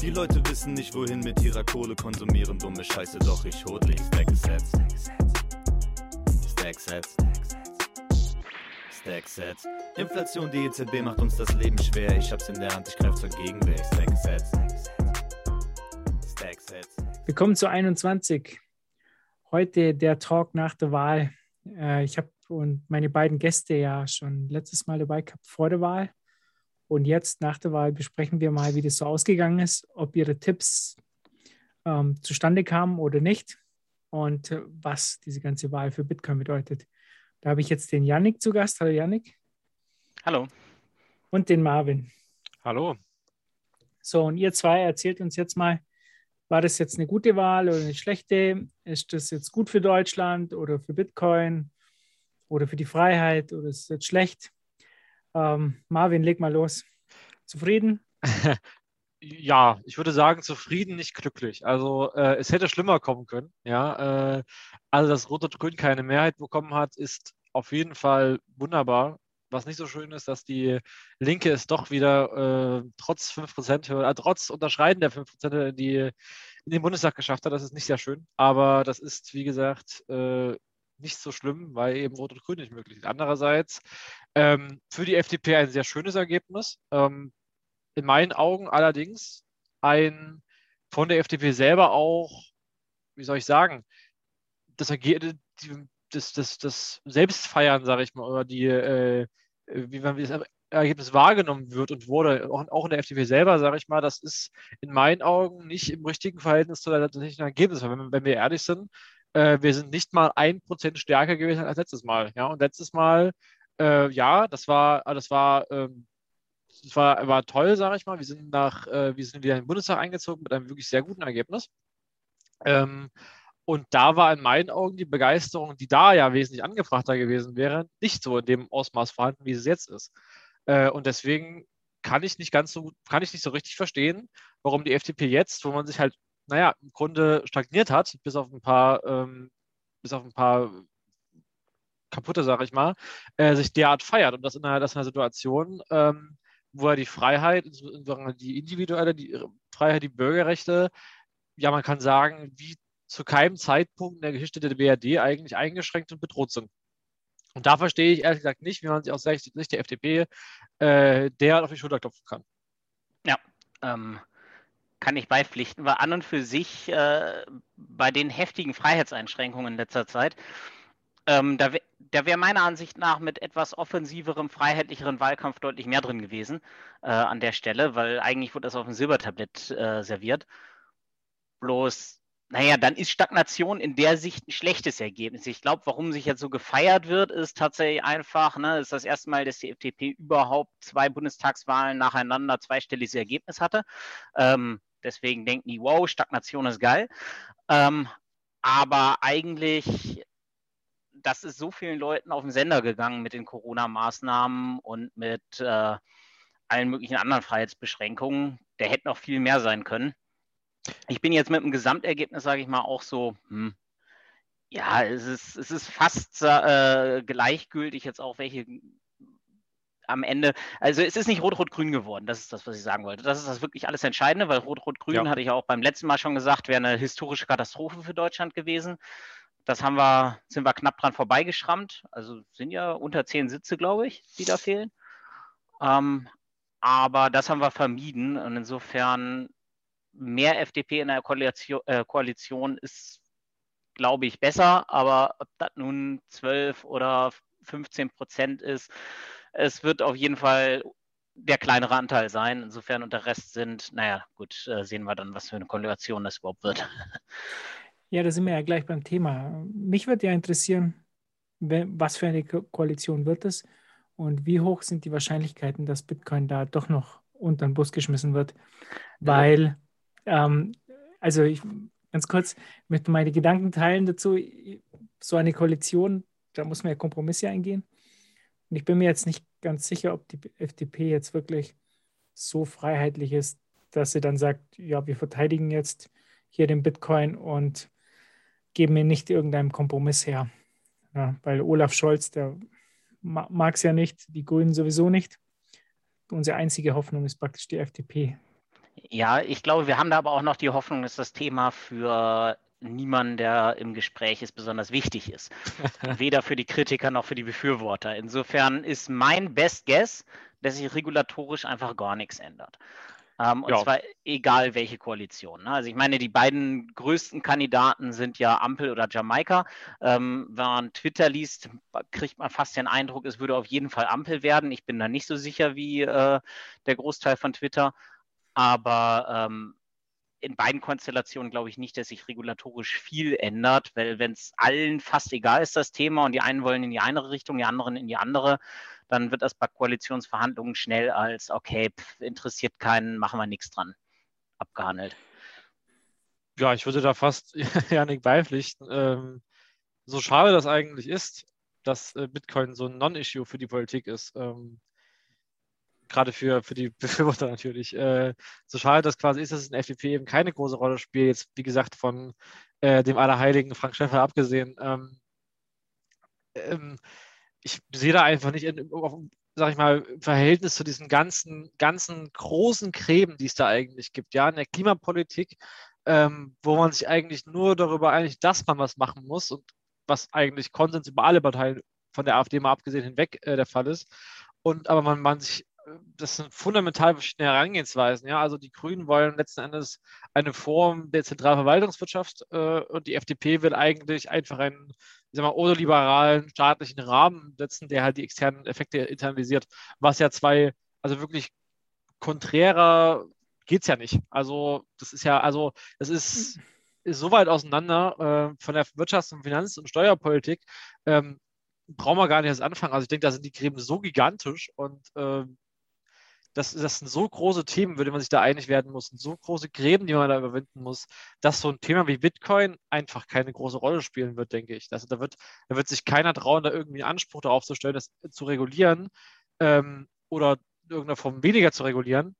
Die Leute wissen nicht, wohin mit ihrer Kohle, konsumieren dumme Scheiße, doch ich hodl Stack-Sets. Stack-Sets. Stack-Sets. Inflation, die EZB macht uns das Leben schwer. Ich hab's in der Hand, ich greif zur Gegenwehr. Stack-Sets. Stack-Sets. Willkommen zu 21. Heute der Talk nach der Wahl. Ich habe meine beiden Gäste ja schon letztes Mal dabei gehabt vor der Wahl. Und jetzt nach der Wahl besprechen wir mal, wie das so ausgegangen ist, ob ihre Tipps zustande kamen oder nicht und was diese ganze Wahl für Bitcoin bedeutet. Da habe ich jetzt den Yannick zu Gast. Hallo Yannick. Hallo. Und den Marvin. Hallo. So, und ihr zwei erzählt uns jetzt mal, war das jetzt eine gute Wahl oder eine schlechte? Ist das jetzt gut für Deutschland oder für Bitcoin oder für die Freiheit oder ist es jetzt schlecht? Marvin, leg mal los. Zufrieden? Ja, ich würde sagen, zufrieden, nicht glücklich. Also es hätte schlimmer kommen können. Ja, also dass Rot und Grün keine Mehrheit bekommen hat, ist auf jeden Fall wunderbar. Was nicht so schön ist, dass die Linke es doch wieder trotz 5%, trotz Unterschreiten der 5% in den Bundestag geschafft hat. Das ist nicht sehr schön. Aber das ist, wie gesagt, nicht so schlimm, weil eben Rot und Grün nicht möglich ist. Andererseits für die FDP ein sehr schönes Ergebnis. In meinen Augen allerdings von der FDP selber auch, wie soll ich sagen, das Selbstfeiern, sage ich mal, oder wie das Ergebnis wahrgenommen wird und wurde, auch in der FDP selber, sage ich mal, das ist in meinen Augen nicht im richtigen Verhältnis zu der tatsächlichen Ergebnis. Weil wenn wir ehrlich sind, wir sind nicht mal 1% stärker gewesen als letztes Mal. Ja? Und letztes Mal, das war toll, sage ich mal. Wir sind wieder in den Bundestag eingezogen mit einem wirklich sehr guten Ergebnis. Und da war in meinen Augen die Begeisterung, die da ja wesentlich angefragter gewesen wäre, nicht so in dem Ausmaß vorhanden, wie es jetzt ist. Und deswegen kann ich nicht so richtig verstehen, warum die FDP jetzt, wo man sich halt, im Grunde stagniert hat, bis auf ein paar kaputte, sage ich mal, sich derart feiert. Und das in einer Situation, wo er die Freiheit, insbesondere die individuelle, die Freiheit, die Bürgerrechte, ja, man kann sagen, wie zu keinem Zeitpunkt in der Geschichte der BRD eigentlich eingeschränkt und bedroht sind. Und da verstehe ich ehrlich gesagt nicht, wie man sich aus Sicht der FDP derart auf die Schulter klopfen kann. Ja, kann ich beipflichten, weil an und für sich bei den heftigen Freiheitseinschränkungen in letzter Zeit, da wäre meiner Ansicht nach mit etwas offensiverem, freiheitlicheren Wahlkampf deutlich mehr drin gewesen an der Stelle, weil eigentlich wurde das auf dem Silbertablett serviert. Bloß, dann ist Stagnation in der Sicht ein schlechtes Ergebnis. Ich glaube, warum sich jetzt so gefeiert wird, ist tatsächlich einfach, ist das erste Mal, dass die FDP überhaupt 2 Bundestagswahlen nacheinander zweistelliges Ergebnis hatte. Deswegen denken die, wow, Stagnation ist geil. Aber eigentlich, das ist so vielen Leuten auf den Sender gegangen mit den Corona-Maßnahmen und mit allen möglichen anderen Freiheitsbeschränkungen. Der hätte noch viel mehr sein können. Ich bin jetzt mit dem Gesamtergebnis, sage ich mal, auch so, es ist fast gleichgültig jetzt auch welche am Ende, also es ist nicht Rot-Rot-Grün geworden, das ist das, was ich sagen wollte. Das ist das wirklich alles Entscheidende, weil Rot-Rot-Grün, hatte ich auch beim letzten Mal schon gesagt, wäre eine historische Katastrophe für Deutschland gewesen. Das sind wir knapp dran vorbeigeschrammt, also sind ja unter 10 Sitze, glaube ich, die da fehlen. Aber das haben wir vermieden und insofern mehr FDP in der Koalition ist, glaube ich, besser, aber ob das nun 12 oder 15% ist, es wird auf jeden Fall der kleinere Anteil sein. Insofern und der Rest sind, sehen wir dann, was für eine Koalition das überhaupt wird. Ja, da sind wir ja gleich beim Thema. Mich würde ja interessieren, was für eine Koalition wird es und wie hoch sind die Wahrscheinlichkeiten, dass Bitcoin da doch noch unter den Bus geschmissen wird, weil ich ganz kurz möchte meine Gedanken teilen dazu. So eine Koalition, da muss man ja Kompromisse eingehen. Und ich bin mir jetzt nicht ganz sicher, ob die FDP jetzt wirklich so freiheitlich ist, dass sie dann sagt, ja, wir verteidigen jetzt hier den Bitcoin und geben mir nicht irgendeinen Kompromiss her. Ja, weil Olaf Scholz, der mag es ja nicht, die Grünen sowieso nicht. Unsere einzige Hoffnung ist praktisch die FDP. Ja, ich glaube, wir haben da aber auch noch die Hoffnung, dass das Thema für niemanden, der im Gespräch ist, besonders wichtig ist. Weder für die Kritiker noch für die Befürworter. Insofern ist mein Best Guess, dass sich regulatorisch einfach gar nichts ändert. Und Ja, zwar egal welche Koalition. Ne? Also ich meine, die beiden größten Kandidaten sind ja Ampel oder Jamaika. Wenn man Twitter liest, kriegt man fast den Eindruck, es würde auf jeden Fall Ampel werden. Ich bin da nicht so sicher wie der Großteil von Twitter. Aber in beiden Konstellationen glaube ich nicht, dass sich regulatorisch viel ändert, weil wenn es allen fast egal ist, das Thema, und die einen wollen in die eine Richtung, die anderen in die andere, dann wird das bei Koalitionsverhandlungen schnell als, okay, interessiert keinen, machen wir nichts dran, abgehandelt. ja, ich würde da fast Janik beipflichten. So schade das eigentlich ist, dass Bitcoin so ein Non-Issue für die Politik ist. Gerade für die Befürworter natürlich. So schade das quasi ist, dass es in der FDP eben keine große Rolle spielt. Jetzt, wie gesagt, von dem Allerheiligen Frank Schäfer abgesehen. Ich sehe da einfach nicht, sag ich mal, im Verhältnis zu diesen ganzen großen Gräben, die es da eigentlich gibt, ja, in der Klimapolitik, wo man sich eigentlich nur darüber einigt, dass man was machen muss und was eigentlich Konsens über alle Parteien von der AfD mal abgesehen hinweg der Fall ist. Aber man sich, das sind fundamental verschiedene Herangehensweisen. Ja? Also die Grünen wollen letzten Endes eine Form der Zentralverwaltungswirtschaft und die FDP will eigentlich einfach einen, ich sag mal, ordoliberalen staatlichen Rahmen setzen, der halt die externen Effekte internalisiert, was ja also wirklich konträrer geht es ja nicht. Also das ist so weit auseinander von der Wirtschafts- und Finanz- und Steuerpolitik, brauchen wir gar nicht erst anfangen. Also ich denke, da sind die Gräben so gigantisch und das sind so große Themen, würde man sich da einig werden muss, und so große Gräben, die man da überwinden muss, dass so ein Thema wie Bitcoin einfach keine große Rolle spielen wird, denke ich. Also da wird sich keiner trauen, da irgendwie einen Anspruch darauf zu stellen, das zu regulieren oder in irgendeiner Form weniger zu regulieren,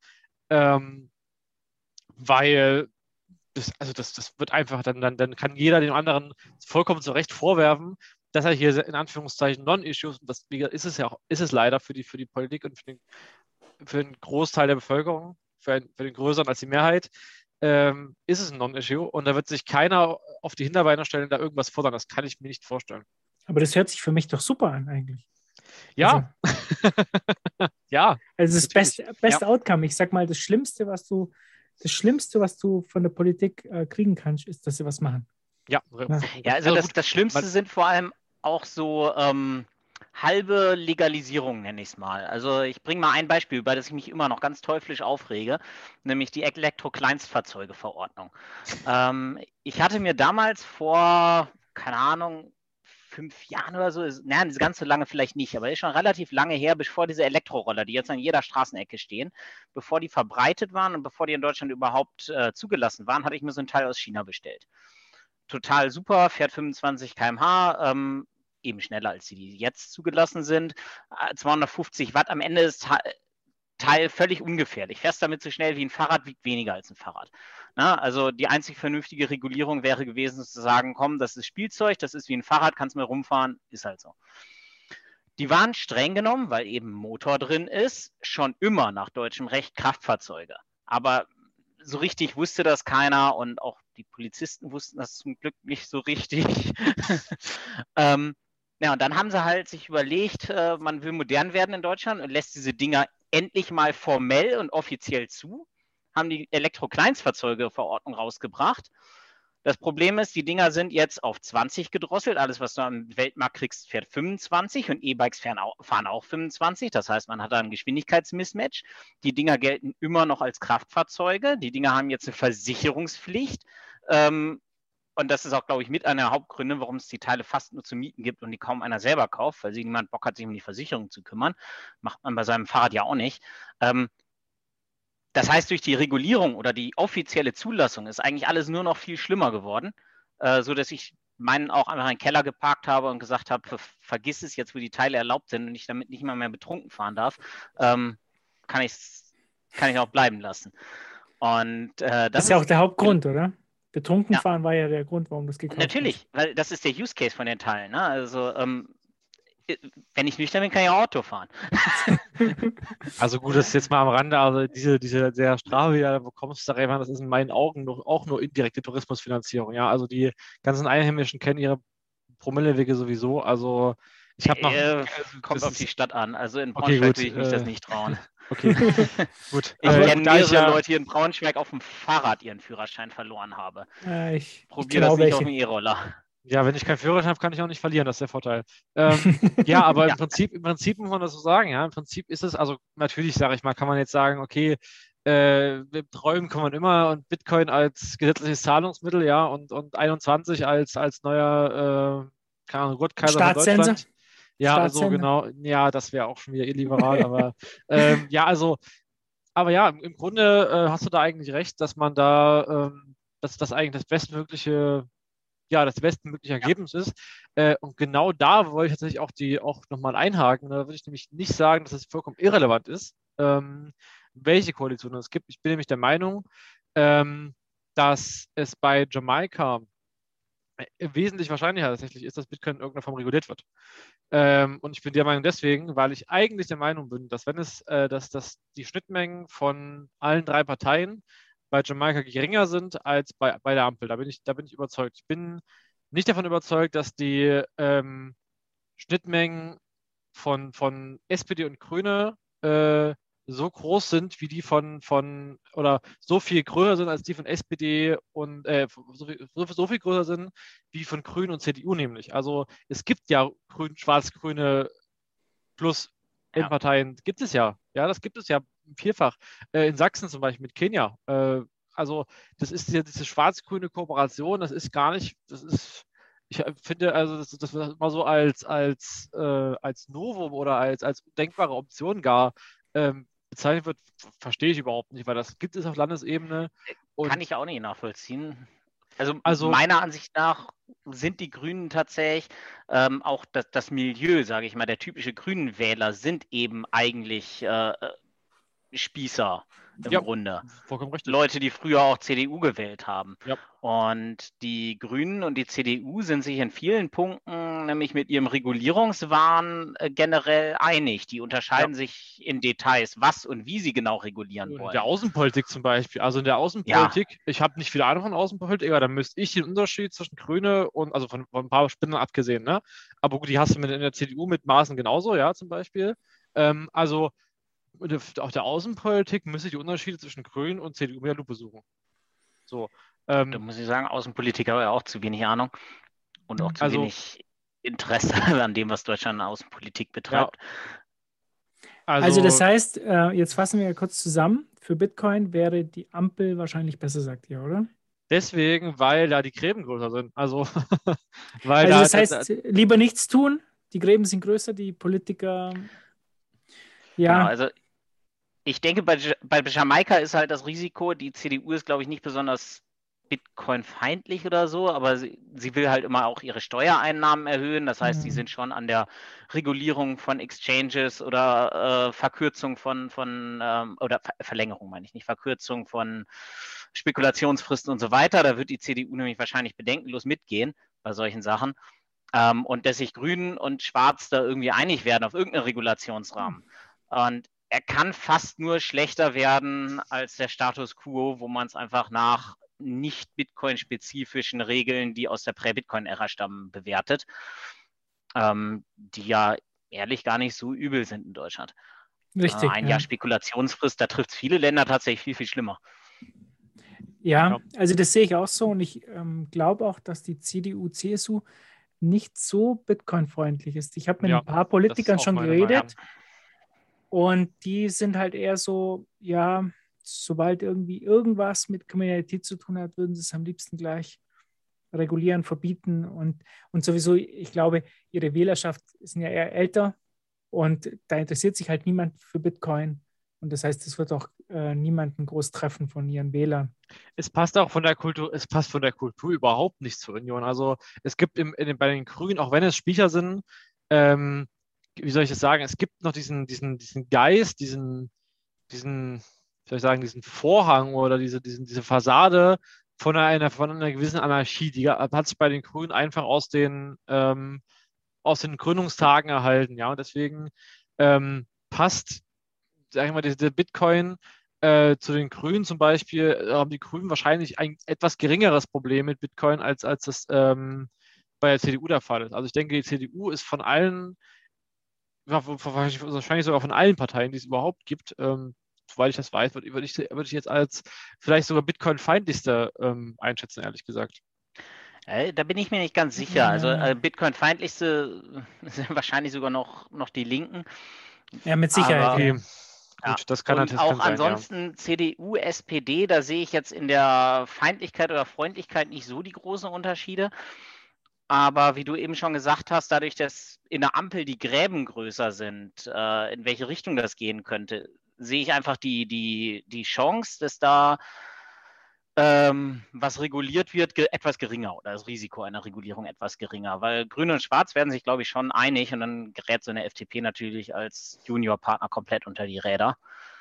weil das wird einfach, dann kann jeder dem anderen vollkommen zu Recht vorwerfen, dass er hier in Anführungszeichen Non-Issues, und das ist es ja auch, ist es leider für die Politik und für den Großteil der Bevölkerung, für den Größeren als die Mehrheit, ist es ein Non-Issue und da wird sich keiner auf die Hinterbeine stellen und da irgendwas fordern. Das kann ich mir nicht vorstellen. Aber das hört sich für mich doch super an eigentlich. Ja. Also, ja. Also das natürlich. beste Outcome. Ich sag mal, das Schlimmste, was du von der Politik kriegen kannst, ist, dass sie was machen. Ja, ja, also das Schlimmste sind vor allem auch so halbe Legalisierung, nenne ich es mal. Also ich bringe mal ein Beispiel, über das ich mich immer noch ganz teuflisch aufrege, nämlich die Elektrokleinstfahrzeugeverordnung. Ich hatte mir damals vor, keine Ahnung, 5 Jahren oder so, nein, ganz so lange vielleicht nicht, aber ist schon relativ lange her, bevor diese Elektroroller, die jetzt an jeder Straßenecke stehen, bevor die verbreitet waren und bevor die in Deutschland überhaupt zugelassen waren, hatte ich mir so ein Teil aus China bestellt. Total super, fährt 25 km/h, eben schneller als die jetzt zugelassen sind. 250 Watt, am Ende ist Teil völlig ungefährlich. Fährst damit so schnell wie ein Fahrrad, wiegt weniger als ein Fahrrad. Na, also die einzig vernünftige Regulierung wäre gewesen, zu sagen, komm, das ist Spielzeug, das ist wie ein Fahrrad, kannst mal rumfahren, ist halt so. Die waren streng genommen, weil eben Motor drin ist, schon immer nach deutschem Recht Kraftfahrzeuge. Aber so richtig wusste das keiner und auch die Polizisten wussten das zum Glück nicht so richtig. Ja, und dann haben sie halt sich überlegt, man will modern werden in Deutschland und lässt diese Dinger endlich mal formell und offiziell zu, haben die Elektrokleinstfahrzeuge-Verordnung rausgebracht. Das Problem ist, die Dinger sind jetzt auf 20 gedrosselt. Alles, was du am Weltmarkt kriegst, fährt 25 und E-Bikes fahren auch 25. Das heißt, man hat da ein Geschwindigkeitsmismatch. Die Dinger gelten immer noch als Kraftfahrzeuge. Die Dinger haben jetzt eine Versicherungspflicht. Und das ist auch, glaube ich, mit einer der Hauptgründe, warum es die Teile fast nur zu mieten gibt und die kaum einer selber kauft, weil sich niemand Bock hat, sich um die Versicherung zu kümmern. Macht man bei seinem Fahrrad ja auch nicht. Das heißt, durch die Regulierung oder die offizielle Zulassung ist eigentlich alles nur noch viel schlimmer geworden, sodass ich meinen auch einfach in den Keller geparkt habe und gesagt habe, vergiss es jetzt, wo die Teile erlaubt sind und ich damit nicht mal mehr betrunken fahren darf, kann ich auch bleiben lassen. Und das ist ja auch der Hauptgrund, oder? Betrunken fahren war ja der Grund, warum du es gekauft hast. Natürlich, weil das ist der Use Case von den Teilen. Ne? Also wenn ich nüchtern bin, kann ich auch Auto fahren. Also gut, das ist jetzt mal am Rande, also diese der Strafe, die du da bekommst, sag ich mal, das ist in meinen Augen auch nur indirekte Tourismusfinanzierung. Ja, also die ganzen Einheimischen kennen ihre Promillewege sowieso. Also ich habe noch. Kommt das auf die ist, Stadt an. Also in okay, Braunschweig gut. würde ich mich das nicht trauen. Okay, gut. Ich kenne Da ich mehrere ja, Leute hier in Braunschweig auf dem Fahrrad ihren Führerschein verloren habe. Ich Probier kenne das auch nicht auf welche. dem E-Roller. ja, wenn ich keinen Führerschein habe, kann ich auch nicht verlieren, das ist der Vorteil. Ja, aber Ja. im Prinzip muss man das so sagen, ja. Im Prinzip ist es, also natürlich, sage ich mal, kann man jetzt sagen, okay, mit Träumen kann man immer und Bitcoin als gesetzliches Zahlungsmittel, ja, und 21 als neuer, keine Ahnung, Gurtkaiser von Staatssensor. Deutschland. Ja, so Staatssender. genau, ja, das wäre auch schon wieder illiberal, aber ja, also, aber ja, im Grunde hast du da eigentlich recht, dass man da, dass das eigentlich das bestmögliche Ja. Ergebnis ist. Und genau da wollte ich tatsächlich auch nochmal einhaken. Da würde ich nämlich nicht sagen, dass es vollkommen irrelevant ist, welche Koalition es gibt. Ich bin nämlich der Meinung, dass es bei Jamaika wesentlich wahrscheinlicher tatsächlich ist, dass Bitcoin in irgendeiner Form reguliert wird. Und ich bin der Meinung deswegen, weil ich eigentlich der Meinung bin, dass wenn dass die Schnittmengen von allen drei Parteien bei Jamaika geringer sind als bei der Ampel. Da bin ich überzeugt. Ich bin nicht davon überzeugt, dass die Schnittmengen von SPD und Grüne so groß sind, wie die oder so viel größer sind als die von SPD und so viel größer sind wie von Grünen und CDU nämlich. Also es gibt ja schwarz-grüne plus in Parteien, gibt es ja. Ja, das gibt es ja vielfach. In Sachsen zum Beispiel mit Kenia. Also das ist ja diese schwarz-grüne Kooperation, das ist gar nicht, ich finde, also das wird immer so als Novum oder als denkbare Option gar bezeichnet wird, verstehe ich überhaupt nicht, weil das gibt es auf Landesebene. Kann ich auch nicht nachvollziehen. Also Also meiner Ansicht nach sind die Grünen tatsächlich auch das Milieu, sage ich mal, der typische Grünen-Wähler sind eben eigentlich Spießer im ja, Grunde. vollkommen richtig. Leute, die früher auch CDU gewählt haben. Ja. Und die Grünen und die CDU sind sich in vielen Punkten nämlich mit ihrem Regulierungswahn generell einig. Die unterscheiden sich in Details, was und wie sie genau regulieren In wollen. der Außenpolitik zum Beispiel. Also in der Außenpolitik, ich habe nicht viel Ahnung von Außenpolitik, aber da müsste ich den Unterschied zwischen Grüne und, also von ein paar Spinnern abgesehen, ne? Aber gut, die hast du in der CDU mit Maaßen genauso, ja, zum Beispiel. Also auf der Außenpolitik müsste ich die Unterschiede zwischen Grünen und CDU mit der Lupe suchen. So. Da muss ich sagen, Außenpolitik habe ich auch zu wenig Ahnung und auch zu wenig Interesse an dem, was Deutschland in Außenpolitik betreibt. Ja. Also das heißt, jetzt fassen wir ja kurz zusammen. Für Bitcoin wäre die Ampel wahrscheinlich besser, sagt ihr, oder? Deswegen, weil da die Gräben größer sind. Also, weil das heißt, lieber nichts tun. Die Gräben sind größer, die Politiker. Ja. Genau, also ich denke, bei Jamaika ist halt das Risiko, die CDU ist, glaube ich, nicht besonders Bitcoin-feindlich oder so, aber sie will halt immer auch ihre Steuereinnahmen erhöhen. Das heißt, sie sind schon an der Regulierung von Exchanges oder Verkürzung oder Verlängerung, meine ich nicht, Verkürzung von Spekulationsfristen und so weiter. Da wird die CDU nämlich wahrscheinlich bedenkenlos mitgehen bei solchen Sachen. Und dass sich Grün und Schwarz da irgendwie einig werden auf irgendeinen Regulationsrahmen. Und er kann fast nur schlechter werden als der Status quo, wo man es einfach nach nicht Bitcoin-spezifischen Regeln, die aus der Prä-Bitcoin-Ära stammen, bewertet, die ja ehrlich gar nicht so übel sind in Deutschland. Richtig. Ein Jahr Spekulationsfrist, da trifft es viele Länder tatsächlich viel, viel schlimmer. Ja, also das sehe ich auch so und ich glaube auch, dass die CDU, CSU nicht so Bitcoin-freundlich ist. Ich habe mit ein paar Politikern schon geredet. Und die sind halt eher so, ja, sobald irgendwie irgendwas mit Kriminalität zu tun hat, würden sie es am liebsten gleich regulieren, verbieten. Und sowieso, ich glaube, ihre Wählerschaft ist ja eher älter und da interessiert sich halt niemand für Bitcoin. Und das heißt, es wird auch niemanden groß treffen von ihren Wählern. Es passt auch von der Kultur, überhaupt nicht zur Union. Also es gibt bei den Grünen, auch wenn es Spiecher sind, wie soll ich das sagen, es gibt noch diesen Geist, diesen Vorhang oder diese Fassade von einer gewissen Anarchie, die hat sich bei den Grünen einfach aus den aus den Gründungstagen erhalten. Ja, und deswegen passt, sag ich mal, der Bitcoin zu den Grünen zum Beispiel, haben die Grünen wahrscheinlich ein etwas geringeres Problem mit Bitcoin, als das bei der CDU der Fall ist. Also ich denke, die CDU ist von allen, wahrscheinlich sogar von allen Parteien, die es überhaupt gibt, soweit ich das weiß, würde ich jetzt als vielleicht sogar Bitcoin-feindlichste einschätzen, ehrlich gesagt. Da bin ich mir nicht ganz sicher. Also Bitcoin-feindlichste sind wahrscheinlich sogar noch die Linken. Ja, mit Sicherheit. Aber, ja. Okay, gut, das kann und natürlich auch sein, ansonsten CDU, SPD, da sehe ich jetzt in der Feindlichkeit oder Freundlichkeit nicht so die großen Unterschiede. Aber wie du eben schon gesagt hast, dadurch, dass in der Ampel die Gräben größer sind, in welche Richtung das gehen könnte, sehe ich einfach die Chance, dass da was reguliert wird, etwas geringer oder das Risiko einer Regulierung etwas geringer. Weil Grün und Schwarz werden sich, glaube ich, schon einig und dann gerät so eine FDP natürlich als Juniorpartner komplett unter die Räder.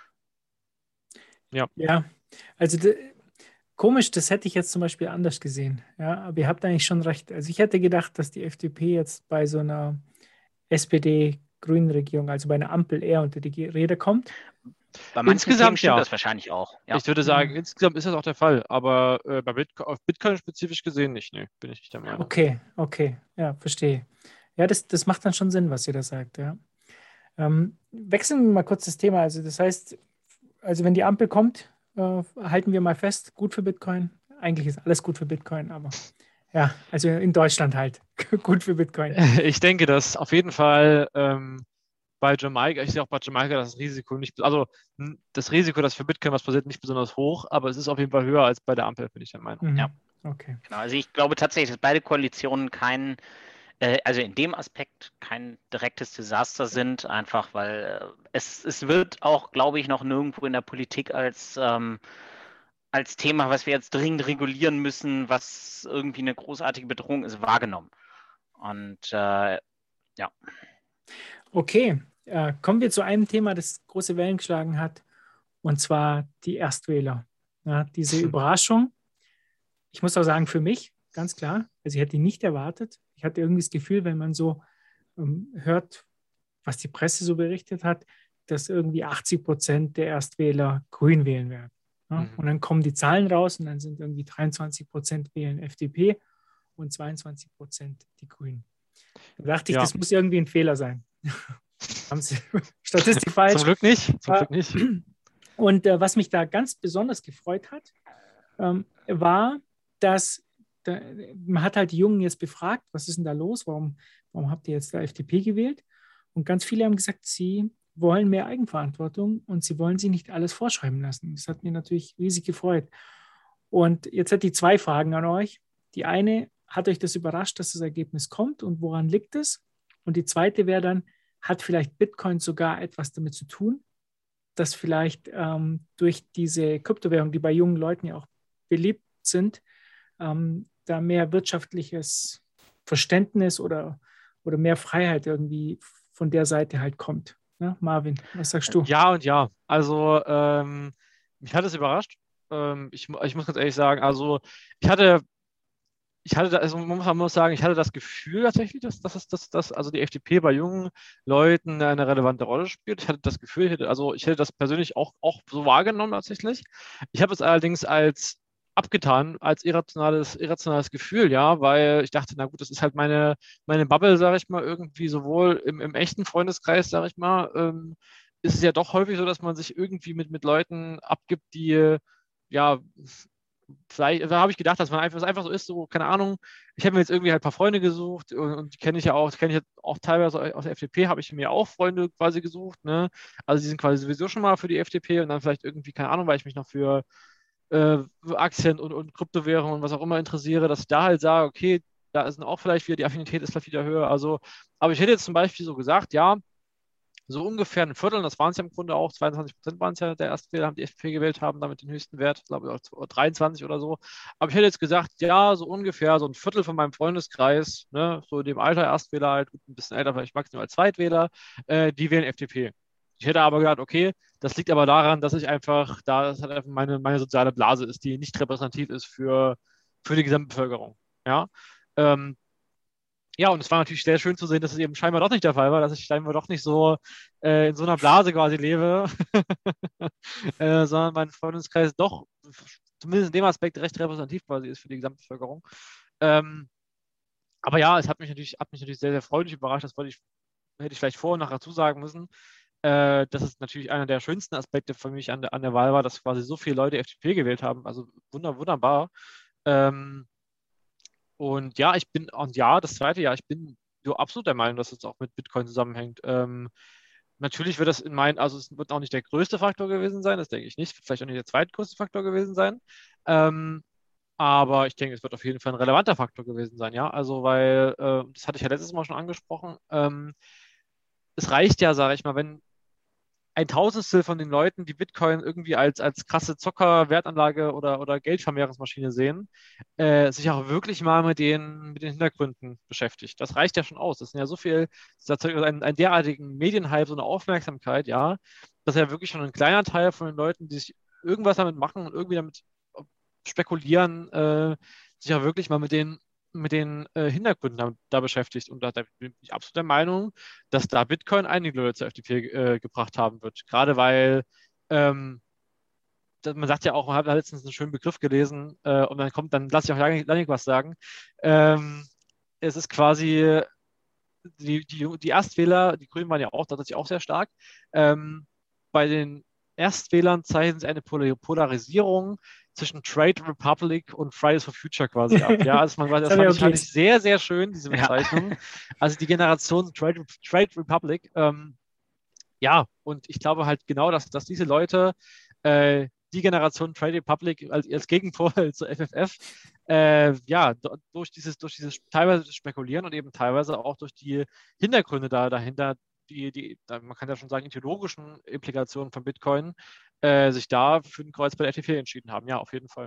Ja, also komisch, das hätte ich jetzt zum Beispiel anders gesehen. Ja, aber ihr habt eigentlich schon recht. Also ich hätte gedacht, dass die FDP jetzt bei so einer SPD-Grünen-Regierung, also bei einer Ampel eher unter die Räder kommt. Bei manchen Insgesamt Themen stimmt ja. das wahrscheinlich auch. Ja. Ich würde sagen, insgesamt ist das auch der Fall, aber auf Bitcoin spezifisch gesehen nicht. Nee, bin ich nicht der Meinung. Okay, ja, verstehe. Ja, das macht dann schon Sinn, was ihr da sagt, ja. Wechseln wir mal kurz das Thema. Also das heißt, also wenn die Ampel kommt, halten wir mal fest, gut für Bitcoin. Eigentlich ist alles gut für Bitcoin, aber ja, also in Deutschland halt gut für Bitcoin. Ich denke, dass auf jeden Fall bei Jamaika, ich sehe auch bei Jamaika das Risiko nicht, also das Risiko, dass für Bitcoin was passiert, nicht besonders hoch, aber es ist auf jeden Fall höher als bei der Ampel, bin ich der Meinung. Ja. Okay. Genau, also ich glaube tatsächlich, dass beide Koalitionen also in dem Aspekt kein direktes Desaster sind, einfach weil es wird auch, glaube ich, noch nirgendwo in der Politik als Thema, was wir jetzt dringend regulieren müssen, was irgendwie eine großartige Bedrohung ist, wahrgenommen. Und ja. Okay, kommen wir zu einem Thema, das große Wellen geschlagen hat, und zwar die Erstwähler. Ja, diese Überraschung, ich muss auch sagen, für mich, ganz klar, also ich hätte die nicht erwartet. Ich hatte irgendwie das Gefühl, wenn man so hört, was die Presse so berichtet hat, dass irgendwie 80% der Erstwähler Grün wählen werden. Ja? Und dann kommen die Zahlen raus und dann sind irgendwie 23% wählen FDP und 22% die Grünen. Da dachte ich, das muss irgendwie ein Fehler sein. Haben Sie Statistik falsch? Zum Glück nicht. Und was mich da ganz besonders gefreut hat, war, dass man hat halt die Jungen jetzt befragt, was ist denn da los? Warum habt ihr jetzt da FDP gewählt? Und ganz viele haben gesagt, sie wollen mehr Eigenverantwortung und sie wollen sich nicht alles vorschreiben lassen. Das hat mir natürlich riesig gefreut. Und jetzt hätte ich 2 Fragen an euch. Die eine, hat euch das überrascht, dass das Ergebnis kommt und woran liegt es? Und die zweite wäre dann, hat vielleicht Bitcoin sogar etwas damit zu tun, dass vielleicht durch diese Kryptowährung, die bei jungen Leuten ja auch beliebt sind, da mehr wirtschaftliches Verständnis oder mehr Freiheit irgendwie von der Seite halt kommt. Ja, Marvin, was sagst du? Ja und ja. Also mich hat es überrascht. Ich muss ganz ehrlich sagen, also man muss sagen, ich hatte das Gefühl tatsächlich, dass also die FDP bei jungen Leuten eine relevante Rolle spielt. Ich hatte das Gefühl, ich hätte das persönlich auch so wahrgenommen tatsächlich. Ich habe es allerdings als abgetan, als irrationales Gefühl, ja, weil ich dachte, na gut, das ist halt meine Bubble, sage ich mal, irgendwie sowohl im echten Freundeskreis, sage ich mal, ist es ja doch häufig so, dass man sich irgendwie mit Leuten abgibt, die ja vielleicht, da habe ich gedacht, dass man einfach so ist, so, keine Ahnung, ich habe mir jetzt irgendwie halt ein paar Freunde gesucht und die kenne ich auch teilweise aus der FDP, habe ich mir auch Freunde quasi gesucht, ne? Also die sind quasi sowieso schon mal für die FDP und dann vielleicht irgendwie, keine Ahnung, weil ich mich noch für Aktien und Kryptowährungen und was auch immer interessiere, dass ich da halt sage, okay, da ist auch vielleicht wieder, die Affinität ist vielleicht wieder höher. Also, aber ich hätte jetzt zum Beispiel so gesagt, ja, so ungefähr ein Viertel, das waren es ja im Grunde auch, 22% waren es ja der Erstwähler, haben die FDP gewählt haben, damit den höchsten Wert, glaube ich, 23 oder so. Aber ich hätte jetzt gesagt, ja, so ungefähr so ein Viertel von meinem Freundeskreis, ne, so in dem Alter Erstwähler halt, ein bisschen älter, vielleicht maximal Zweitwähler, die wählen FDP. Ich hätte aber gedacht, okay, das liegt aber daran, dass das halt einfach meine soziale Blase ist, die nicht repräsentativ ist für die Gesamtbevölkerung. Ja. Ja, und es war natürlich sehr schön zu sehen, dass es eben scheinbar doch nicht der Fall war, dass ich scheinbar doch nicht so in so einer Blase quasi lebe, sondern mein Freundeskreis doch zumindest in dem Aspekt recht repräsentativ quasi ist für die Gesamtbevölkerung. Ähm, aber ja, es hat mich natürlich sehr, sehr freudig überrascht. Hätte ich vielleicht vor und nachher zusagen müssen. Dass es natürlich einer der schönsten Aspekte für mich an der Wahl war, dass quasi so viele Leute FDP gewählt haben. Also wunderbar. Ähm, und ja, das zweite Jahr, ich bin so absolut der Meinung, dass es auch mit Bitcoin zusammenhängt. Natürlich wird also es wird auch nicht der größte Faktor gewesen sein, das denke ich nicht, vielleicht auch nicht der zweitgrößte Faktor gewesen sein. Ähm, aber ich denke, es wird auf jeden Fall ein relevanter Faktor gewesen sein, ja. Also, weil, das hatte ich ja letztes Mal schon angesprochen, es reicht ja, sage ich mal, wenn ein Tausendstel von den Leuten, die Bitcoin irgendwie als krasse Zocker, Wertanlage oder Geldvermehrungsmaschine sehen, sich auch wirklich mal mit den Hintergründen beschäftigt. Das reicht ja schon aus. Das sind ja so viel, das erzeugt einen derartigen Medienhype, so eine Aufmerksamkeit, ja, dass ja wirklich schon ein kleiner Teil von den Leuten, die sich irgendwas damit machen und irgendwie damit spekulieren, sich auch wirklich mal mit den Hintergründen da beschäftigt. Und da bin ich absolut der Meinung, dass da Bitcoin einige Leute zur FDP gebracht haben wird. Gerade weil ähm, man sagt ja auch, man hat letztens einen schönen Begriff gelesen und dann lasse ich auch Janik was sagen. Es ist quasi die Erstwähler, die Grünen waren ja auch tatsächlich auch sehr stark. Bei den Erstwählern zeichnen sie eine Polarisierung zwischen Trade Republic und Fridays for Future quasi ab. Ja, also das fand ich sehr, sehr schön, diese Bezeichnung. Ja. Also die Generation Trade Republic. Ja, und ich glaube halt genau, dass diese Leute die Generation Trade Republic als Gegenpol zur FFF ja, durch dieses teilweise Spekulieren und eben teilweise auch durch die Hintergründe dahinter, man kann ja schon sagen, ideologischen Implikationen von Bitcoin, sich da für den Kreuz bei der FDP entschieden haben. Ja, auf jeden Fall.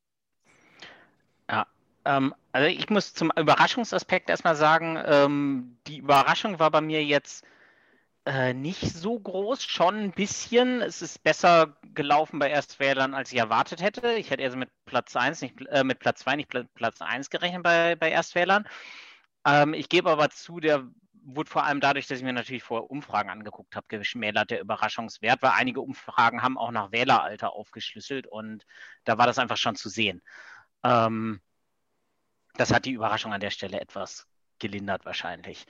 Ja, also ich muss zum Überraschungsaspekt erstmal sagen, die Überraschung war bei mir jetzt nicht so groß, schon ein bisschen. Es ist besser gelaufen bei Erstwählern, als ich erwartet hätte. Ich hätte eher so mit Platz 1, mit Platz 2, nicht Platz 1 gerechnet bei Erstwählern. Ich gebe aber zu, der wurde vor allem dadurch, dass ich mir natürlich vorher Umfragen angeguckt habe, geschmälert, der Überraschungswert, weil einige Umfragen haben auch nach Wähleralter aufgeschlüsselt und da war das einfach schon zu sehen. Das hat die Überraschung an der Stelle etwas gelindert wahrscheinlich.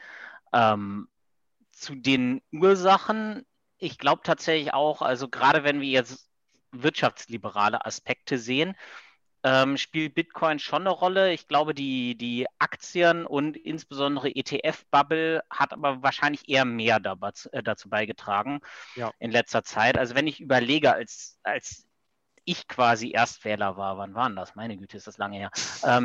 Zu den Ursachen, ich glaube tatsächlich auch, also gerade wenn wir jetzt wirtschaftsliberale Aspekte sehen, spielt Bitcoin schon eine Rolle. Ich glaube, die Aktien und insbesondere ETF-Bubble hat aber wahrscheinlich eher mehr dazu beigetragen in letzter Zeit. Also wenn ich überlege, als ich quasi Erstwähler war, wann waren das? Meine Güte, ist das lange her.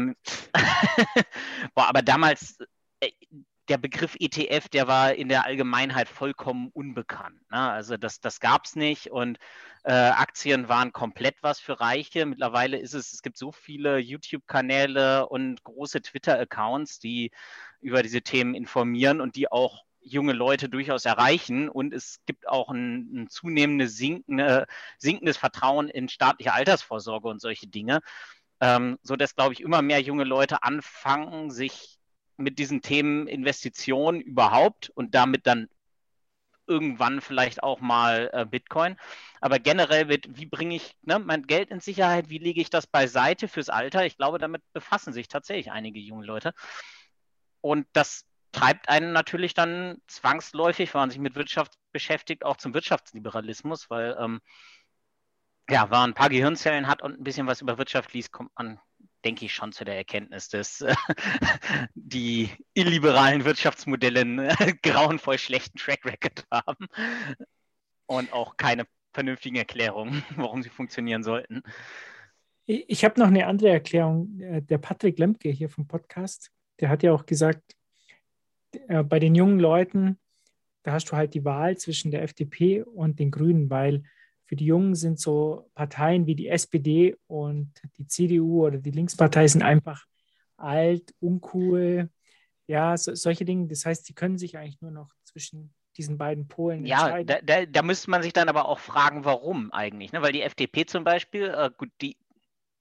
Aber damals, der Begriff ETF, der war in der Allgemeinheit vollkommen unbekannt. Ne? Also das gab es nicht und Aktien waren komplett was für Reiche. Mittlerweile es gibt so viele YouTube-Kanäle und große Twitter-Accounts, die über diese Themen informieren und die auch junge Leute durchaus erreichen. Und es gibt auch ein zunehmendes sinkendes Vertrauen in staatliche Altersvorsorge und solche Dinge, sodass, glaube ich, immer mehr junge Leute anfangen, sich mit diesen Themen Investitionen überhaupt und damit dann irgendwann vielleicht auch mal Bitcoin. Aber generell wie bringe ich mein Geld in Sicherheit, wie lege ich das beiseite fürs Alter? Ich glaube, damit befassen sich tatsächlich einige junge Leute. Und das treibt einen natürlich dann zwangsläufig, wenn man sich mit Wirtschaft beschäftigt, auch zum Wirtschaftsliberalismus, weil wenn man ein paar Gehirnzellen hat und ein bisschen was über Wirtschaft liest, kommt man, denke ich, schon zu der Erkenntnis, dass die illiberalen Wirtschaftsmodelle einen grauenvoll schlechten Track Record haben und auch keine vernünftigen Erklärungen, warum sie funktionieren sollten. Ich habe noch eine andere Erklärung. Der Patrick Lemke hier vom Podcast, der hat ja auch gesagt, bei den jungen Leuten, da hast du halt die Wahl zwischen der FDP und den Grünen, weil für die Jungen sind so Parteien wie die SPD und die CDU oder die Linkspartei sind einfach alt, uncool, ja, solche Dinge. Das heißt, sie können sich eigentlich nur noch zwischen diesen beiden Polen entscheiden. Ja, da müsste man sich dann aber auch fragen, warum eigentlich, ne? Weil die FDP zum Beispiel, gut,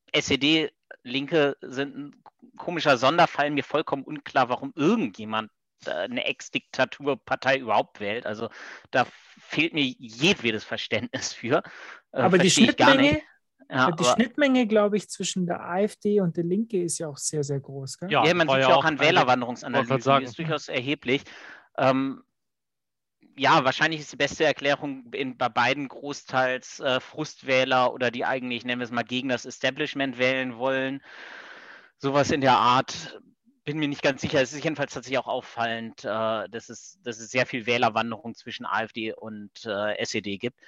SED, Linke sind ein komischer Sonderfall, mir vollkommen unklar, warum irgendjemand eine Ex-Diktaturpartei überhaupt wählt. Also da fehlt mir jedwedes Verständnis für. Aber die Verstehe ich gar nicht. Schnittmenge, Ja, die aber, Schnittmenge, glaube ich, zwischen der AfD und der Linke ist ja auch sehr, sehr groß. Gell? Ja, ja, man war sieht ja ja auch auch an eine, wollte Wählerwanderungsanalysen, gerade die sagen. ist durchaus erheblich. Ja, wahrscheinlich ist die beste Erklärung bei beiden großteils Frustwähler oder die eigentlich, nennen wir es mal, gegen das Establishment wählen wollen. Sowas in der Art. Bin mir nicht ganz sicher. Es ist jedenfalls tatsächlich auch auffallend, dass es sehr viel Wählerwanderung zwischen AfD und SED gibt.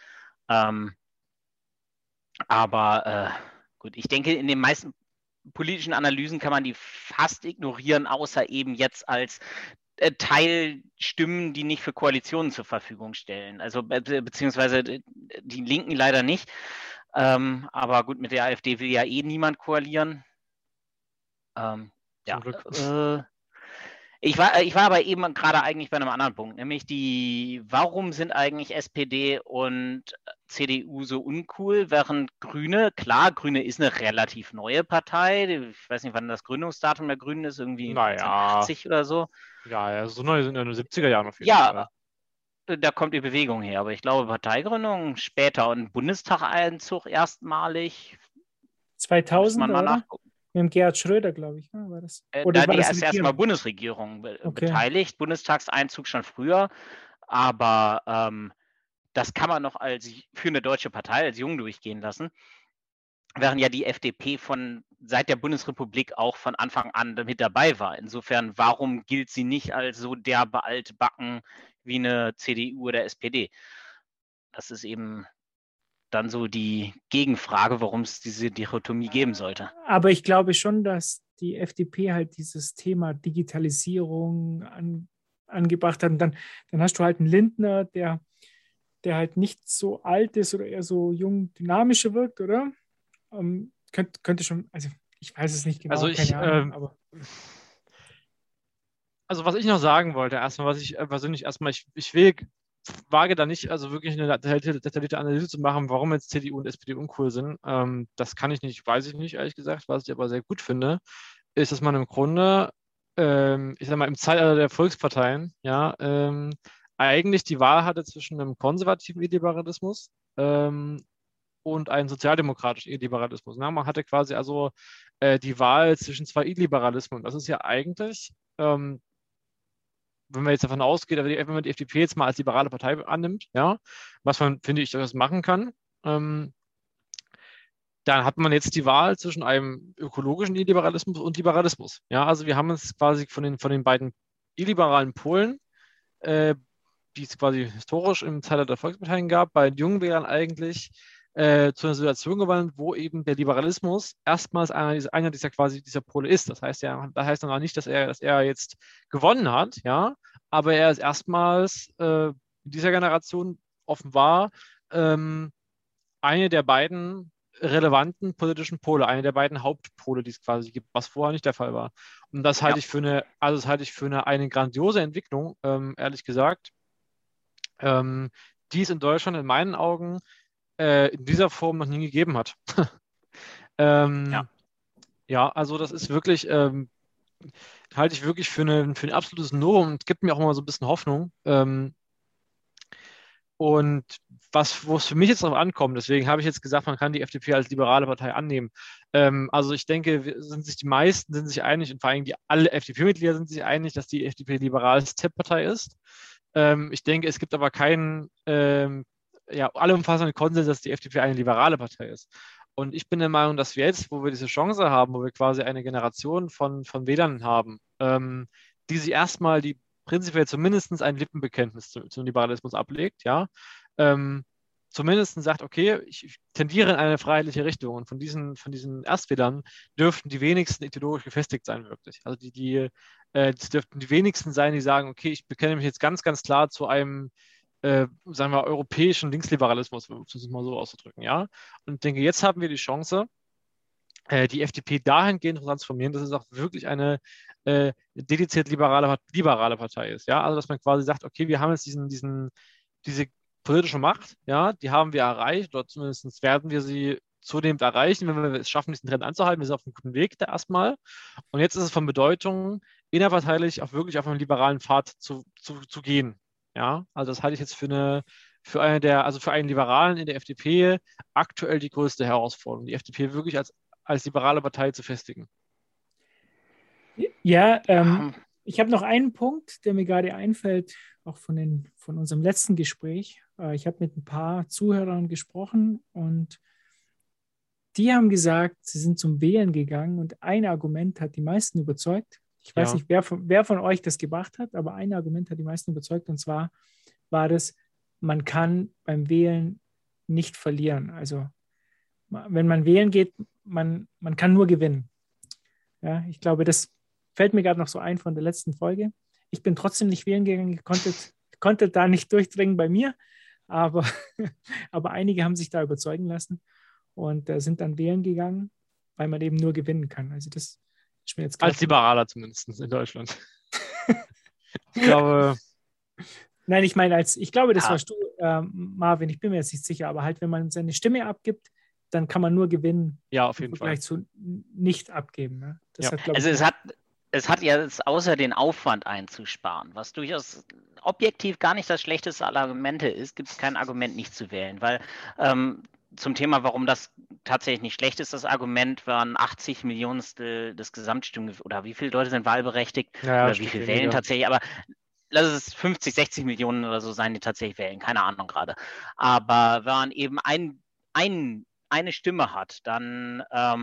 Aber gut, ich denke, in den meisten politischen Analysen kann man die fast ignorieren, außer eben jetzt als Teilstimmen, die nicht für Koalitionen zur Verfügung stellen. Also beziehungsweise die Linken leider nicht. Aber gut, mit der AfD will ja eh niemand koalieren. Zum Ja, Glück. ich war aber eben gerade eigentlich bei einem anderen Punkt, nämlich warum sind eigentlich SPD und CDU so uncool, während Grüne, klar, Grüne ist eine relativ neue Partei, ich weiß nicht, wann das Gründungsdatum der Grünen ist, irgendwie Naja, 1980 oder so. ja, so neu sind ja in den 70er Jahren auf jeden Fall. Ja, da kommt die Bewegung her, aber ich glaube, Parteigründung später und Bundestag-Einzug erstmalig, müsste 2000, man mal oder? nachgucken. Mit dem Gerhard Schröder, glaube ich. War das? Da Oder war die das erstmal Regierung? Bundesregierung Okay. beteiligt, Bundestagseinzug schon früher, aber das kann man noch für eine deutsche Partei als jung durchgehen lassen, während ja die FDP seit der Bundesrepublik auch von Anfang an mit dabei war. Insofern, warum gilt sie nicht als so derbe altbacken wie eine CDU oder SPD? Das ist eben dann so die Gegenfrage, warum es diese Dichotomie geben sollte. Aber ich glaube schon, dass die FDP halt dieses Thema Digitalisierung angebracht hat. Und dann hast du halt einen Lindner, der halt nicht so alt ist oder eher so jung, dynamischer wirkt, oder? Könnte schon, also ich weiß es nicht genau, Also keine Ahnung, aber also was ich noch sagen wollte, erstmal, was ich persönlich ich wage da nicht, also wirklich eine detaillierte Analyse zu machen, warum jetzt CDU und SPD uncool sind. Das kann ich nicht, weiß ich nicht, ehrlich gesagt. Was ich aber sehr gut finde, ist, dass man im Grunde, ich sag mal, im Zeitalter der Volksparteien, ja, eigentlich die Wahl hatte zwischen einem konservativen Illiberalismus und einem sozialdemokratischen Illiberalismus. Na, man hatte quasi also die Wahl zwischen zwei Illiberalismen. Und das ist ja eigentlich, wenn man jetzt davon ausgeht, wenn man die FDP jetzt mal als liberale Partei annimmt, ja, was man, finde ich, durchaus machen kann, dann hat man jetzt die Wahl zwischen einem ökologischen Illiberalismus und Liberalismus. Ja, also wir haben es quasi von den beiden illiberalen Polen, die es quasi historisch im Zeitalter der Volksparteien gab, bei den jungen Wählern eigentlich zu einer Situation gewandelt, wo eben der Liberalismus erstmals einer dieser Pole ist. Das heißt ja, das heißt noch nicht, dass er jetzt gewonnen hat, ja, aber er ist erstmals in dieser Generation offenbar eine der beiden relevanten politischen Pole, eine der beiden Hauptpole, die es quasi gibt, was vorher nicht der Fall war. Und das halte ich für eine grandiose Entwicklung, ehrlich gesagt, die es in Deutschland in meinen Augen in dieser Form noch nie gegeben hat. Ja, also das ist wirklich, halte ich wirklich für ein absolutes Novum und gibt mir auch immer so ein bisschen Hoffnung. Und wo es für mich jetzt darauf ankommt, deswegen habe ich jetzt gesagt, man kann die FDP als liberale Partei annehmen. Also ich denke, die meisten sind sich einig und vor allem alle FDP-Mitglieder sind sich einig, dass die FDP liberalste Partei ist. Ich denke, es gibt aber keinen allumfassenden Konsens, dass die FDP eine liberale Partei ist. Und ich bin der Meinung, dass wir jetzt, wo wir diese Chance haben, wo wir quasi eine Generation von Wählern haben, die sich erstmal prinzipiell zumindest ein Lippenbekenntnis zum Liberalismus ablegt, ja, zumindest sagt, okay, ich tendiere in eine freiheitliche Richtung und von diesen Erstwählern dürften die wenigsten ideologisch gefestigt sein, wirklich. Also das dürften die wenigsten sein, die sagen, okay, ich bekenne mich jetzt ganz, ganz klar zu einem sagen wir, europäischen Linksliberalismus, um es mal so auszudrücken, ja. Und ich denke, jetzt haben wir die Chance, die FDP dahingehend zu transformieren, dass es auch wirklich eine dediziert liberale Partei ist, ja. Also, dass man quasi sagt, okay, wir haben jetzt diese politische Macht, ja, die haben wir erreicht, oder zumindest werden wir sie zunehmend erreichen, wenn wir es schaffen, diesen Trend anzuhalten. Wir sind auf einem guten Weg da erstmal. Und jetzt ist es von Bedeutung, innerparteilich auch wirklich auf einen liberalen Pfad zu gehen. Ja, also das halte ich jetzt für einen Liberalen in der FDP aktuell die größte Herausforderung, die FDP wirklich als liberale Partei zu festigen. Ja, ich habe noch einen Punkt, der mir gerade einfällt, auch von unserem letzten Gespräch. Ich habe mit ein paar Zuhörern gesprochen und die haben gesagt, sie sind zum Wählen gegangen und ein Argument hat die meisten überzeugt. Ich weiß nicht, wer von euch das gebracht hat, aber ein Argument hat die meisten überzeugt, und zwar war das, man kann beim Wählen nicht verlieren. Also wenn man wählen geht, man kann nur gewinnen. Ja, ich glaube, das fällt mir gerade noch so ein von der letzten Folge. Ich bin trotzdem nicht wählen gegangen, konnte da nicht durchdringen bei mir, aber einige haben sich da überzeugen lassen und sind dann wählen gegangen, weil man eben nur gewinnen kann. Also das ist mir jetzt als Liberaler zumindest in Deutschland. Ich glaube... Nein, ich meine, ich glaube, das warst du, Marvin, ich bin mir jetzt nicht sicher, aber halt, wenn man seine Stimme abgibt, dann kann man nur gewinnen. Ja, auf jeden Fall. Im Vergleich zu nicht abgeben. Ne? Das hat, also es hat ja außer den Aufwand einzusparen, was durchaus objektiv gar nicht das schlechteste aller Argumente ist, gibt es kein Argument, nicht zu wählen, weil zum Thema, warum das tatsächlich nicht schlecht ist, das Argument waren 80 Millionstel des Gesamtstimmen, oder wie viele Leute sind wahlberechtigt, oder wie viele wählen tatsächlich, aber lass es 50, 60 Millionen oder so sein, die tatsächlich wählen, keine Ahnung gerade. Aber wenn man eben eine Stimme hat, dann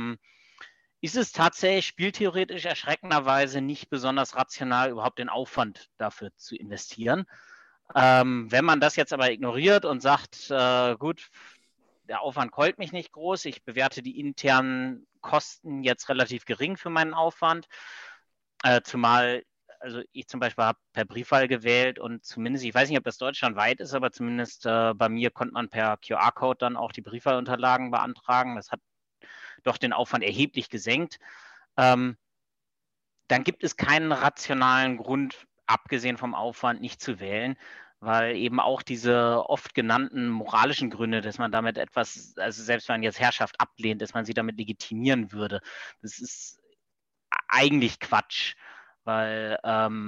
ist es tatsächlich spieltheoretisch erschreckenderweise nicht besonders rational, überhaupt den Aufwand dafür zu investieren. Wenn man das jetzt aber ignoriert und sagt, gut, der Aufwand keult mich nicht groß, ich bewerte die internen Kosten jetzt relativ gering für meinen Aufwand, zumal, also ich zum Beispiel habe per Briefwahl gewählt und zumindest, ich weiß nicht, ob das deutschlandweit ist, aber zumindest bei mir konnte man per QR-Code dann auch die Briefwahlunterlagen beantragen. Das hat doch den Aufwand erheblich gesenkt. Dann gibt es keinen rationalen Grund, abgesehen vom Aufwand, nicht zu wählen, weil eben auch diese oft genannten moralischen Gründe, dass man damit etwas, also selbst wenn man jetzt Herrschaft ablehnt, dass man sie damit legitimieren würde, das ist eigentlich Quatsch, weil